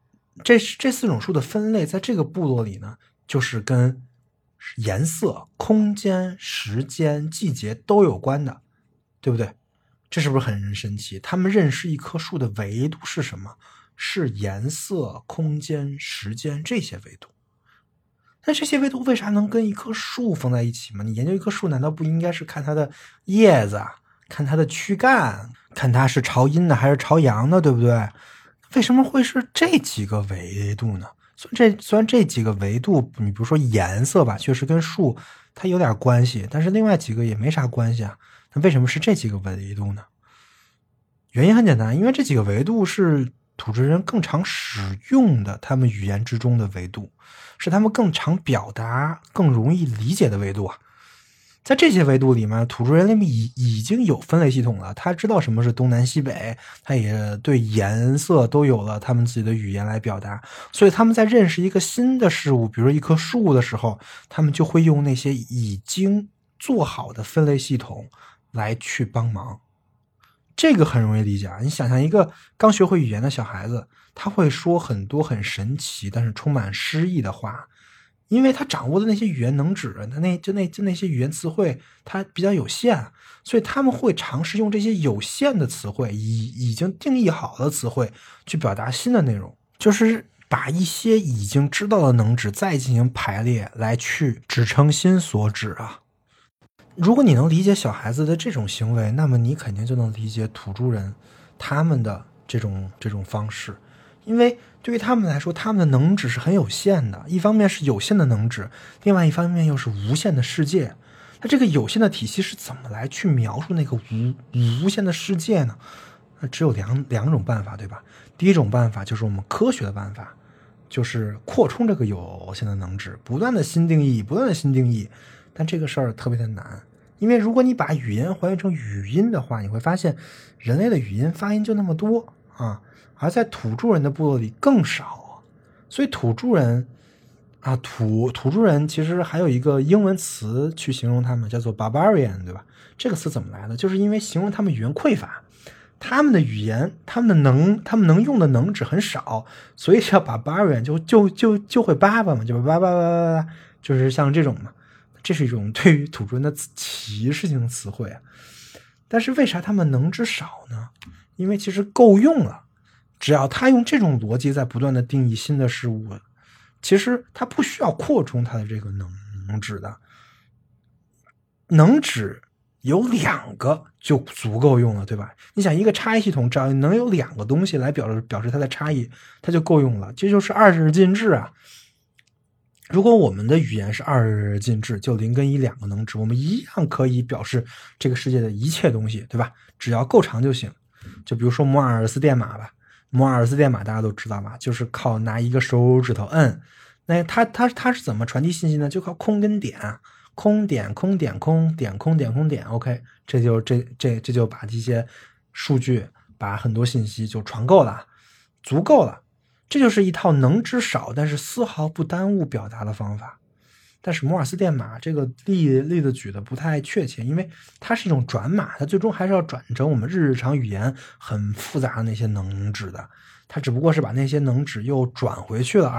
4种树的分类，在这个部落里呢，就是跟颜色、空间、时间、季节都有关的，对不对？这是不是很神奇？他们认识一棵树的维度是什么？是颜色、空间、时间这些维度。那这些维度为啥能跟一棵树放在一起吗？你研究一棵树难道不应该是看它的叶子，看它的躯干，看它是朝阴的还是朝阳的，对不对？为什么会是这几个维度呢？虽然这几个维度，你比如说颜色吧，确实跟树它有点关系，但是另外几个也没啥关系啊。那为什么是这几个维度呢？原因很简单，因为这几个维度是土著人更常使用的他们语言之中的维度，是他们更常表达、更容易理解的维度啊。在这些维度里面，土著人已经有分类系统了，他知道什么是东南西北，他也对颜色都有了他们自己的语言来表达，所以他们在认识一个新的事物，比如说一棵树的时候，他们就会用那些已经做好的分类系统来去帮忙。这个很容易理解啊！你想象一个刚学会语言的小孩子，他会说很多很神奇但是充满诗意的话，因为他掌握的那些语言能指，那些语言词汇，它比较有限，所以他们会尝试用这些有限的词汇，已经定义好的词汇去表达新的内容，就是把一些已经知道的能指再进行排列，来去指称新所指啊。如果你能理解小孩子的这种行为，那么你肯定就能理解土著人他们的这种方式。因为对于他们来说，他们的能指是很有限的，一方面是有限的能指，另外一方面又是无限的世界。那这个有限的体系是怎么来去描述那个无限的世界呢？那只有两种办法，对吧？第一种办法就是我们科学的办法，就是扩充这个有限的能指，不断的新定义，但这个事儿特别的难。因为如果你把语言还原成语音的话，你会发现人类的语音发音就那么多啊，而在土著人的部落里更少。所以土著人啊，土著人其实还有一个英文词去形容他们，叫做 barbarian， 对吧？这个词怎么来的？就是因为形容他们语言匮乏，他们的语言，他们能用的能指很少，所以叫 barbarian， 就会叭叭嘛，就叭叭叭叭叭，就是像这种嘛。这是一种对于土著人的歧视性词汇啊。但是为啥他们能指少呢？因为其实够用了，只要他用这种逻辑在不断的定义新的事物，其实他不需要扩充他的这个能指的。能指有2个就足够用了，对吧？你想一个差异系统只要能有2个东西来表示它的差异，它就够用了。这就是2进制啊。如果我们的语言是2进制，就0跟12个能指，我们一样可以表示这个世界的一切东西，对吧？只要够长就行。就比如说摩尔斯电码吧，摩尔斯电码大家都知道吧，就是靠拿一个手指头摁。那它是怎么传递信息呢？就靠空跟点，空点空点空点空点空点 OK， 这就把这些数据，把很多信息就传够了，足够了。这就是一套能指少但是丝毫不耽误表达的方法。但是摩尔斯电码这个例子举的不太确切，因为它是一种转码，它最终还是要转成我们日常语言很复杂的那些能指的，它只不过是把那些能指又转回去了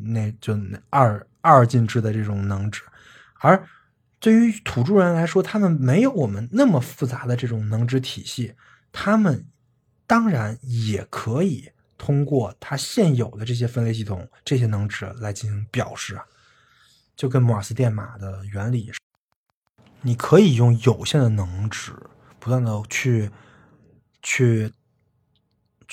二进制的这种能指。而对于土著人来说，他们没有我们那么复杂的这种能指体系，他们当然也可以通过它现有的这些分类系统，这些能指来进行表示，就跟摩尔斯电码的原理是，你可以用有限的能指不断的去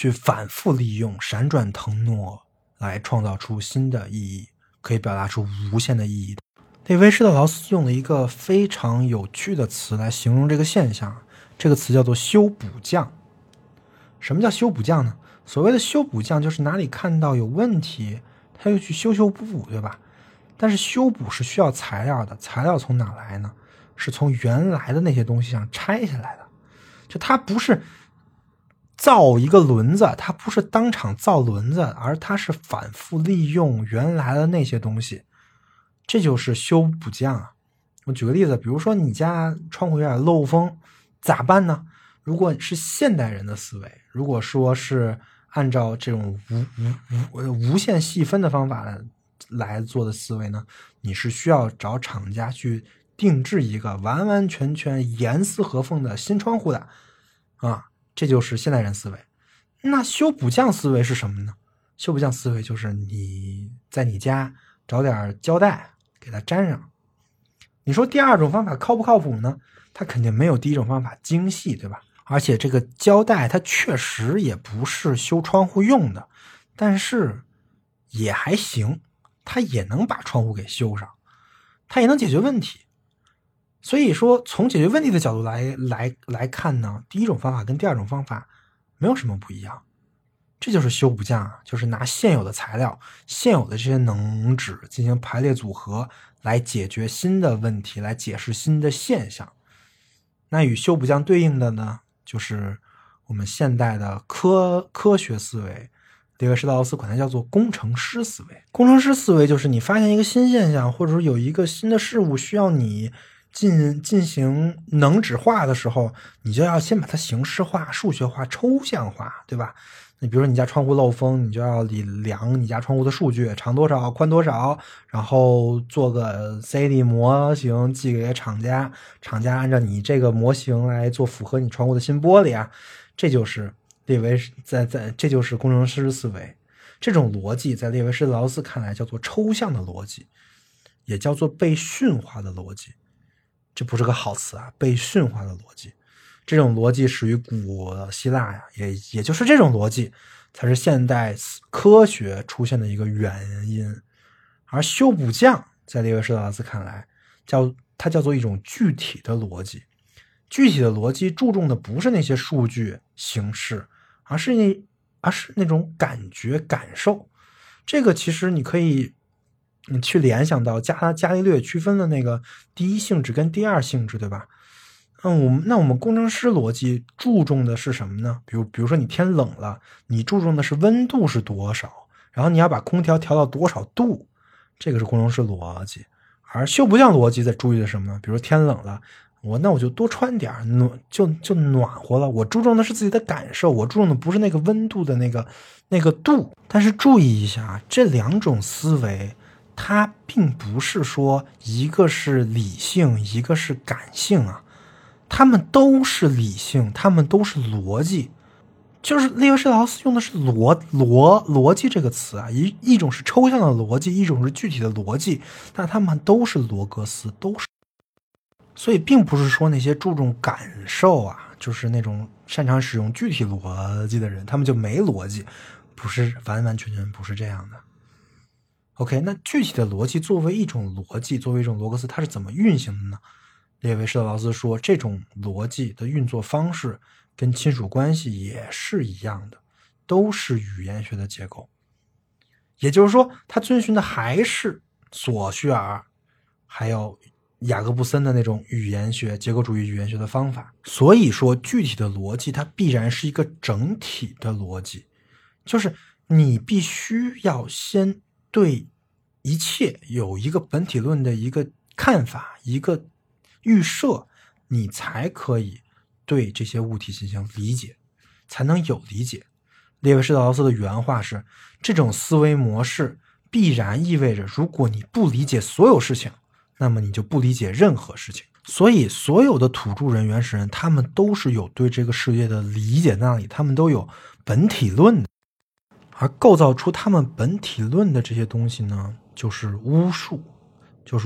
去反复利用闪转腾挪来创造出新的意义，可以表达出无限的意义。列维施特劳斯用了一个非常有趣的词来形容这个现象，这个词叫做修补匠。什么叫修补匠呢？所谓的修补匠就是哪里看到有问题他就去修补，对吧？但是修补是需要材料的，材料从哪来呢？是从原来的那些东西上拆下来的。就它不是造一个轮子，它不是当场造轮子，而它是反复利用原来的那些东西，这就是修补匠啊。我举个例子，比如说你家窗户有点漏风，咋办呢？如果是现代人的思维，如果说是按照这种无限细分的方法来做的思维呢，你是需要找厂家去定制一个完完全全严丝合缝的新窗户的啊，这就是现代人思维。那修补匠思维是什么呢？修补匠思维就是你在你家找点胶带给它粘上。你说第二种方法靠不靠谱呢？它肯定没有第一种方法精细，对吧？而且这个胶带它确实也不是修窗户用的，但是也还行，它也能把窗户给修上，它也能解决问题。所以说从解决问题的角度来看呢，第一种方法跟第二种方法没有什么不一样。这就是修补匠，就是拿现有的材料、现有的这些能指进行排列组合，来解决新的问题，来解释新的现象。那与修补匠对应的呢，就是我们现代的科学思维，列维施特劳斯管它叫做工程师思维。工程师思维就是你发现一个新现象，或者说有一个新的事物需要你进行能指化的时候，你就要先把它形式化、数学化、抽象化，对吧？你比如说你家窗户漏风，你就要量你家窗户的数据，长多少宽多少，然后做个 3D 模型寄给厂家，厂家按照你这个模型来做符合你窗户的新玻璃啊。这就是这就是工程师思维。这种逻辑在列维施特劳斯看来叫做抽象的逻辑，也叫做被驯化的逻辑。这不是个好词啊，被驯化的逻辑。这种逻辑始于古希腊呀，也就是这种逻辑才是现代科学出现的一个原因。而修补匠在列维施特劳斯看来，它叫做一种具体的逻辑。具体的逻辑注重的不是那些数据形式，而是那种感觉感受。这个其实你可以去联想到伽利略区分了那个第一性质跟第二性质，对吧？那我们工程师逻辑注重的是什么呢？比如说你天冷了，你注重的是温度是多少，然后你要把空调调到多少度，这个是工程师逻辑。而修补匠逻辑在注意的什么呢？比如天冷了，那我就多穿点，就暖和了。我注重的是自己的感受，我注重的不是那个温度的那个度。但是注意一下，这两种思维它并不是说一个是理性，一个是感性啊。他们都是理性，他们都是逻辑，就是列维施特劳斯用的是逻辑这个词啊，一种是抽象的逻辑，一种是具体的逻辑，但他们都是罗格斯，都是。所以并不是说那些注重感受啊，就是那种擅长使用具体逻辑的人，他们就没逻辑，不是完完全全不是这样的。OK， 那具体的逻辑作为一种逻辑，作为一种罗格斯，它是怎么运行的呢？列维施特劳斯说，这种逻辑的运作方式跟亲属关系也是一样的，都是语言学的结构。也就是说，他遵循的还是索绪尔还有雅各布森的那种语言学、结构主义语言学的方法。所以说，具体的逻辑它必然是一个整体的逻辑，就是你必须要先对一切有一个本体论的一个看法，一个预设，你才可以对这些物体进行理解，才能有理解。列维施特劳斯的原话是，这种思维模式必然意味着，如果你不理解所有事情，那么你就不理解任何事情。所以所有的土著人、原始人，他们都是有对这个世界的理解在那里，他们都有本体论的。而构造出他们本体论的这些东西呢，就是巫术，就是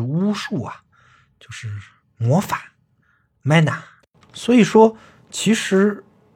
魔法 mana。 所以说其实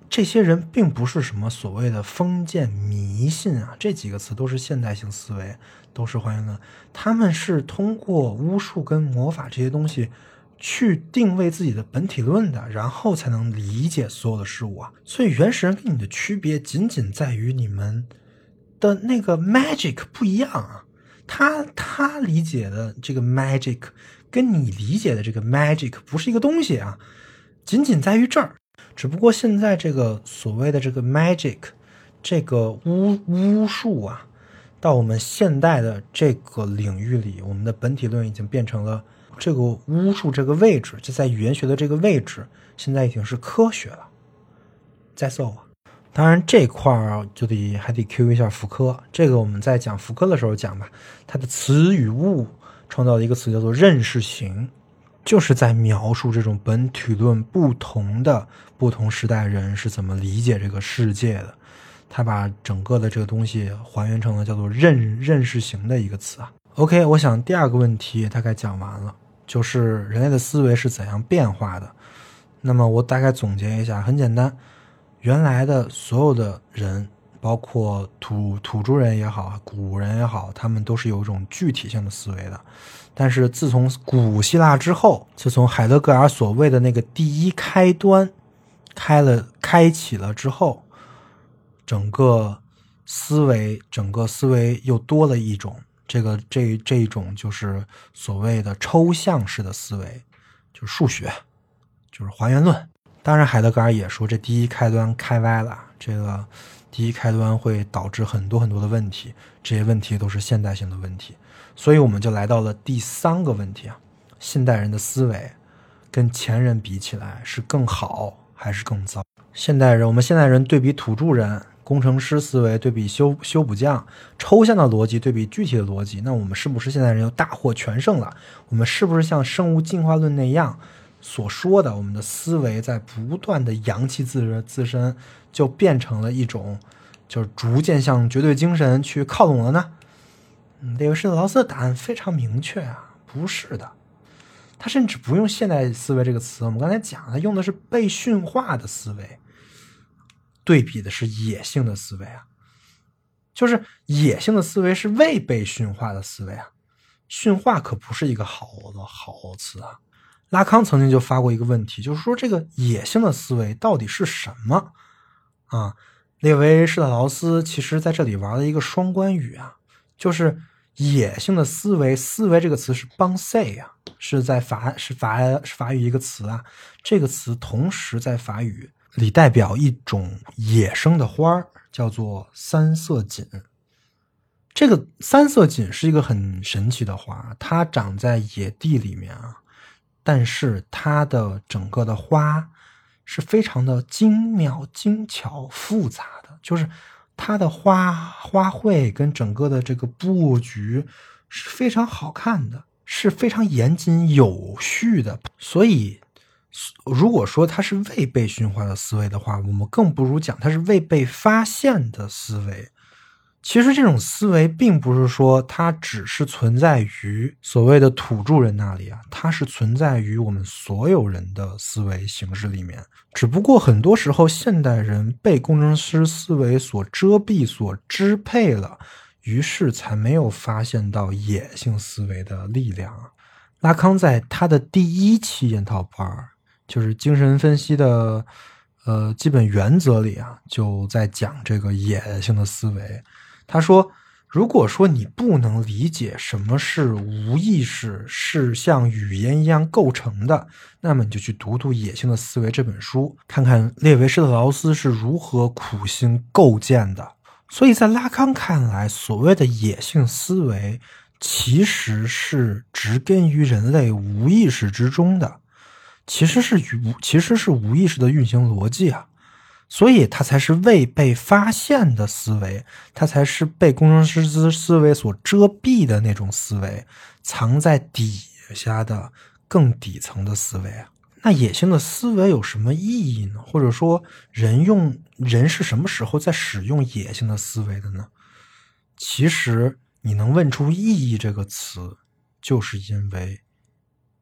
这些人并不是什么所谓的封建迷信啊，这几个词都是现代性思维，都是还原论。他们是通过巫术跟魔法这些东西去定位自己的本体论的，然后才能理解所有的事物啊。所以原始人跟你的区别仅仅在于你们的那个 magic 不一样啊。他理解的这个 magic 跟你理解的这个 magic 不是一个东西啊，仅仅在于这儿。只不过现在这个所谓的这个 magic 这个巫术啊，到我们现代的这个领域里，我们的本体论已经变成了这个巫术这个位置，就在语言学的这个位置，现在已经是科学了。再搜啊！当然这块就还得 Q 一下福柯，这个我们在讲福柯的时候讲吧。他的词与物创造了一个词叫做认识型，就是在描述这种本体论不同时代人是怎么理解这个世界的。他把整个的这个东西还原成了叫做认识型的一个词啊。OK， 我想第二个问题大概讲完了，就是人类的思维是怎样变化的。那么我大概总结一下，很简单，原来的所有的人，包括土著人也好，古人也好，他们都是有一种具体性的思维的。但是自从古希腊之后，自从海德格尔所谓的那个第一开端开启了之后，整个思维又多了一种，这一种就是所谓的抽象式的思维，就是数学，就是还原论。当然海德格尔也说这第一开端开歪了，这个第一开端会导致很多很多的问题，这些问题都是现代性的问题。所以我们就来到了第三个问题啊，现代人的思维跟前人比起来是更好还是更糟？我们现代人对比土著人，工程师思维对比修补匠，抽象的逻辑对比具体的逻辑，那我们是不是现代人又大获全胜了？我们是不是像生物进化论那样所说的，我们的思维在不断的扬弃自身，就变成了一种就是逐渐向绝对精神去靠拢了呢？列维施特劳斯的答案非常明确啊，不是的。他甚至不用现代思维这个词，我们刚才讲他用的是被驯化的思维，对比的是野性的思维啊。就是野性的思维是未被驯化的思维啊，驯化可不是一个好词啊。拉康曾经就发过一个问题，就是说这个野性的思维到底是什么啊？列维施特劳斯其实在这里玩了一个双关语啊，就是野性的思维这个词是 pensée 啊，是法语一个词啊，这个词同时在法语里代表一种野生的花，叫做三色堇。这个三色堇是一个很神奇的花，它长在野地里面啊，但是它的整个的花是非常的精妙、精巧、复杂的，就是它的花卉跟整个的这个布局是非常好看的，是非常严谨有序的。所以如果说它是未被驯化的思维的话，我们更不如讲它是未被发现的思维。其实这种思维并不是说它只是存在于所谓的土著人那里啊，它是存在于我们所有人的思维形式里面。只不过很多时候现代人被工程师思维所遮蔽、所支配了，于是才没有发现到野性思维的力量。拉康在他的第一期研讨班，就是精神分析的基本原则里啊，就在讲这个野性的思维。他说，如果说你不能理解什么是无意识是像语言一样构成的，那么你就去读《野性的思维》这本书，看看列维施特劳斯是如何苦心构建的。所以在拉康看来，所谓的野性思维其实是植根于人类无意识之中的，其实是无意识的运行逻辑啊。所以它才是未被发现的思维，它才是被工程师思维所遮蔽的那种思维，藏在底下的更底层的思维啊。那野性的思维有什么意义呢？或者说人是什么时候在使用野性的思维的呢？其实你能问出意义这个词，就是因为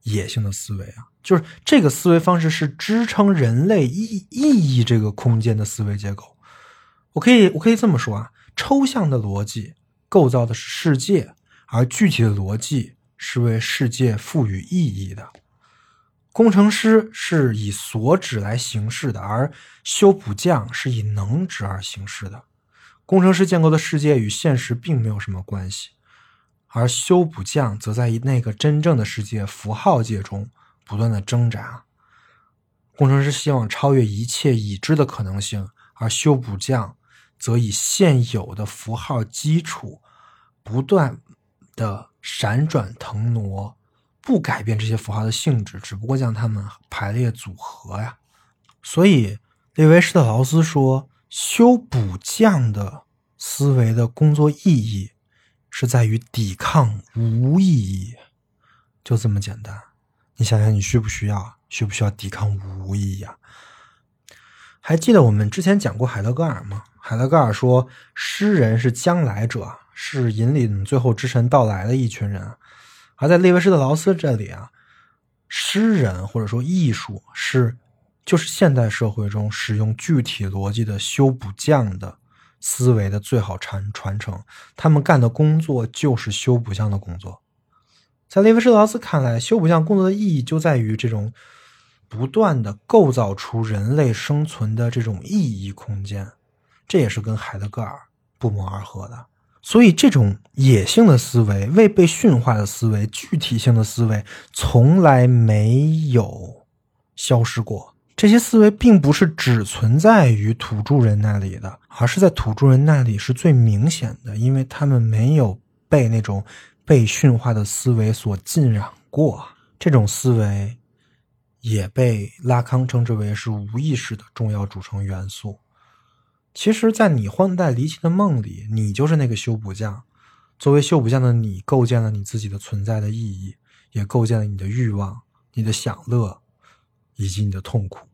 野性的思维啊，就是这个思维方式是支撑人类意义这个空间的思维结构。我可以这么说啊，抽象的逻辑构造的是世界，而具体的逻辑是为世界赋予意义的。工程师是以所指来行事的，而修补匠是以能指而行事的。工程师建构的世界与现实并没有什么关系，而修补匠则在那个真正的世界符号界中不断的挣扎。工程师希望超越一切已知的可能性，而修补匠则以现有的符号基础不断的闪转腾挪，不改变这些符号的性质，只不过将它们排列组合呀。所以列维施特劳斯说，修补匠的思维的工作意义是在于抵抗无意义，就这么简单。你想想，你需不需要抵抗无意义啊？还记得我们之前讲过海德格尔吗？海德格尔说，诗人是将来者，是引领最后之神到来的一群人。而在列维施特劳斯这里啊，诗人或者说艺术就是现代社会中使用具体逻辑的修补匠的思维的最好传承，他们干的工作就是修补匠的工作。在列维施特劳斯看来，修补匠工作的意义就在于这种不断的构造出人类生存的这种意义空间，这也是跟海德格尔不谋而合的。所以这种野性的思维、未被驯化的思维、具体性的思维从来没有消失过。这些思维并不是只存在于土著人那里的，而是在土著人那里是最明显的，因为他们没有被那种被驯化的思维所浸染过。这种思维也被拉康称之为是无意识的重要组成元素。其实在你荒诞离奇的梦里，你就是那个修补匠。作为修补匠的你，构建了你自己的存在的意义，也构建了你的欲望、你的享乐以及你的痛苦。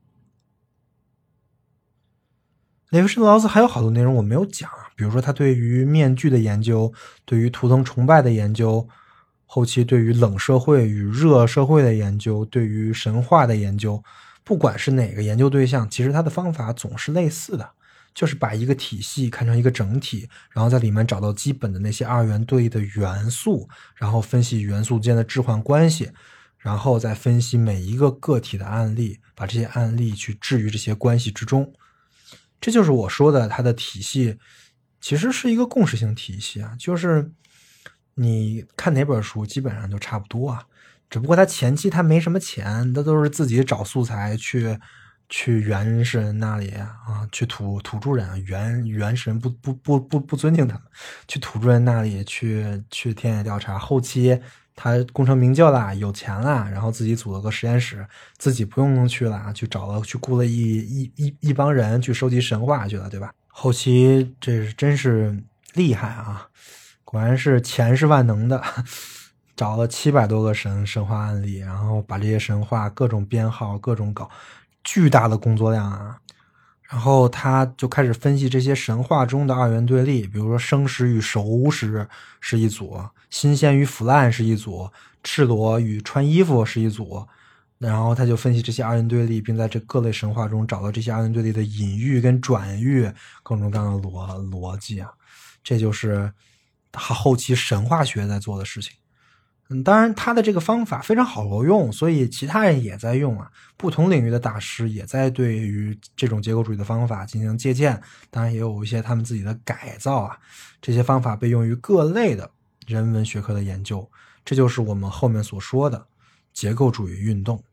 列维施特劳斯还有好多内容我没有讲，比如说他对于面具的研究，对于图腾崇拜的研究，后期对于冷社会与热社会的研究，对于神话的研究。不管是哪个研究对象，其实他的方法总是类似的，就是把一个体系看成一个整体，然后在里面找到基本的那些二元对立的元素，然后分析元素之间的置换关系，然后再分析每一个个体的案例，把这些案例去置于这些关系之中。这就是我说的，它的体系其实是一个共识性体系啊，就是你看哪本书基本上都差不多啊，只不过他前期他没什么钱，他都是自己找素材去原始人那里啊，去土著人啊，原始人不尊敬他们，去土著人那里去田野调查，后期他功成名就了，有钱了，然后自己组了个实验室，自己不用去了，去雇了一帮人去收集神话去了，对吧？后期这是真是厉害啊，果然是钱是万能的，找了700多个神话案例，然后把这些神话各种编号各种搞，巨大的工作量啊。然后他就开始分析这些神话中的二元对立，比如说生食与熟食是一组，新鲜与腐烂是一组，赤裸与穿衣服是一组。然后他就分析这些二元对立，并在这各类神话中找到这些二元对立的隐喻跟转喻，各种各样的逻辑啊。这就是他后期神话学在做的事情。当然他的这个方法非常好用，所以其他人也在用啊，不同领域的大师也在对于这种结构主义的方法进行借鉴，当然也有一些他们自己的改造啊。这些方法被用于各类的人文学科的研究，这就是我们后面所说的结构主义运动。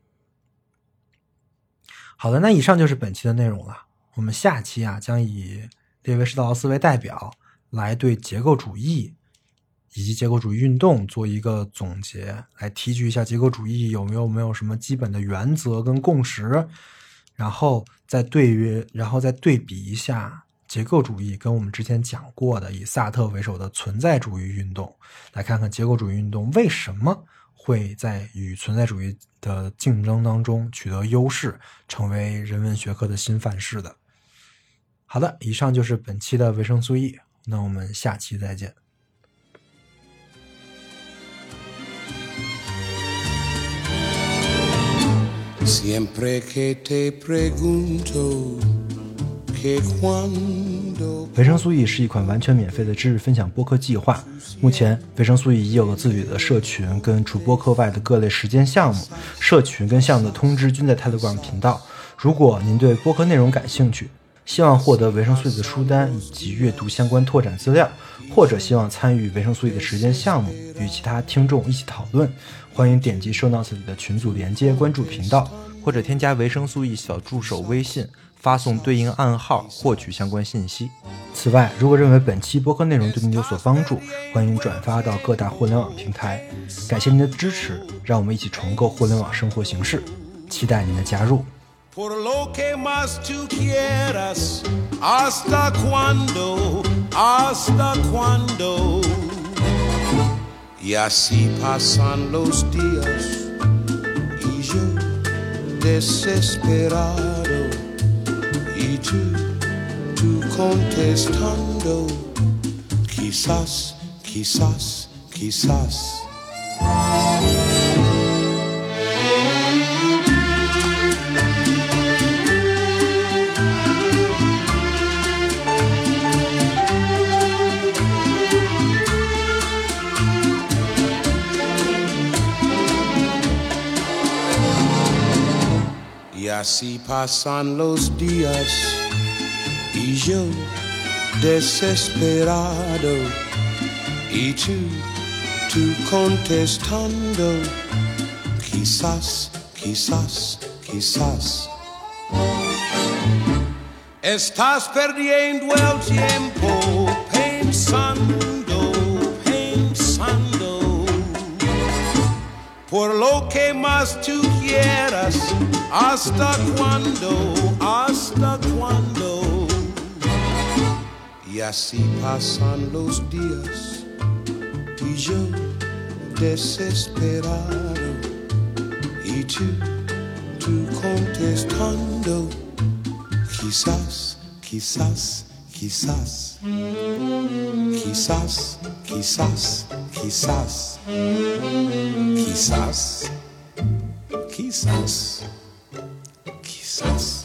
好的，那以上就是本期的内容了。我们下期将以列维施特劳斯为代表，来对结构主义以及结构主义运动做一个总结，来提取一下结构主义有没有什么基本的原则跟共识，然后再对比一下结构主义跟我们之前讲过的以萨特为首的存在主义运动，来看看结构主义运动为什么会在与存在主义的竞争当中取得优势，成为人文学科的新范式的。好的，以上就是本期的维生素 E， 那我们下期再见。 Siempre que te pregunto que cuando 维生素 E 是一款完全免费的知识分享播客计划。目前维生素 E 已有了自己的社群跟除播客外的各类实践项目，社群跟项目的通知均在 Telegram 频道。如果您对播客内容感兴趣，希望获得维生素 E 的书单以及阅读相关拓展资料，或者希望参与维生素 E 的实践项目，与其他听众一起讨论，欢迎点击 show notes 里的群组连接关注频道，或者添加维生素 E 小助手微信，发送对应暗号获取相关信息。此外，如果认为本期播客内容对您有所帮助，欢迎转发到各大互联网平台。感谢您的支持，让我们一起重构互联网生活形式，期待您的加入。 Por lo que más tú quieras, hasta cuándo, y así pasan los días, y yo desesperado, y tú contestando, quizás, quizás, quizás. Y así pasan los días y yo desesperado y tú contestando quizás, quizás, quizás. Estás perdiendo el tiempo pensando por lo que más tú quieras, hasta cuándo, y así pasan los días, y yo desesperado, y tú contestando, quizás, quizás, quizás, quizás, quizás, quizás, quizás, quizás, quizás.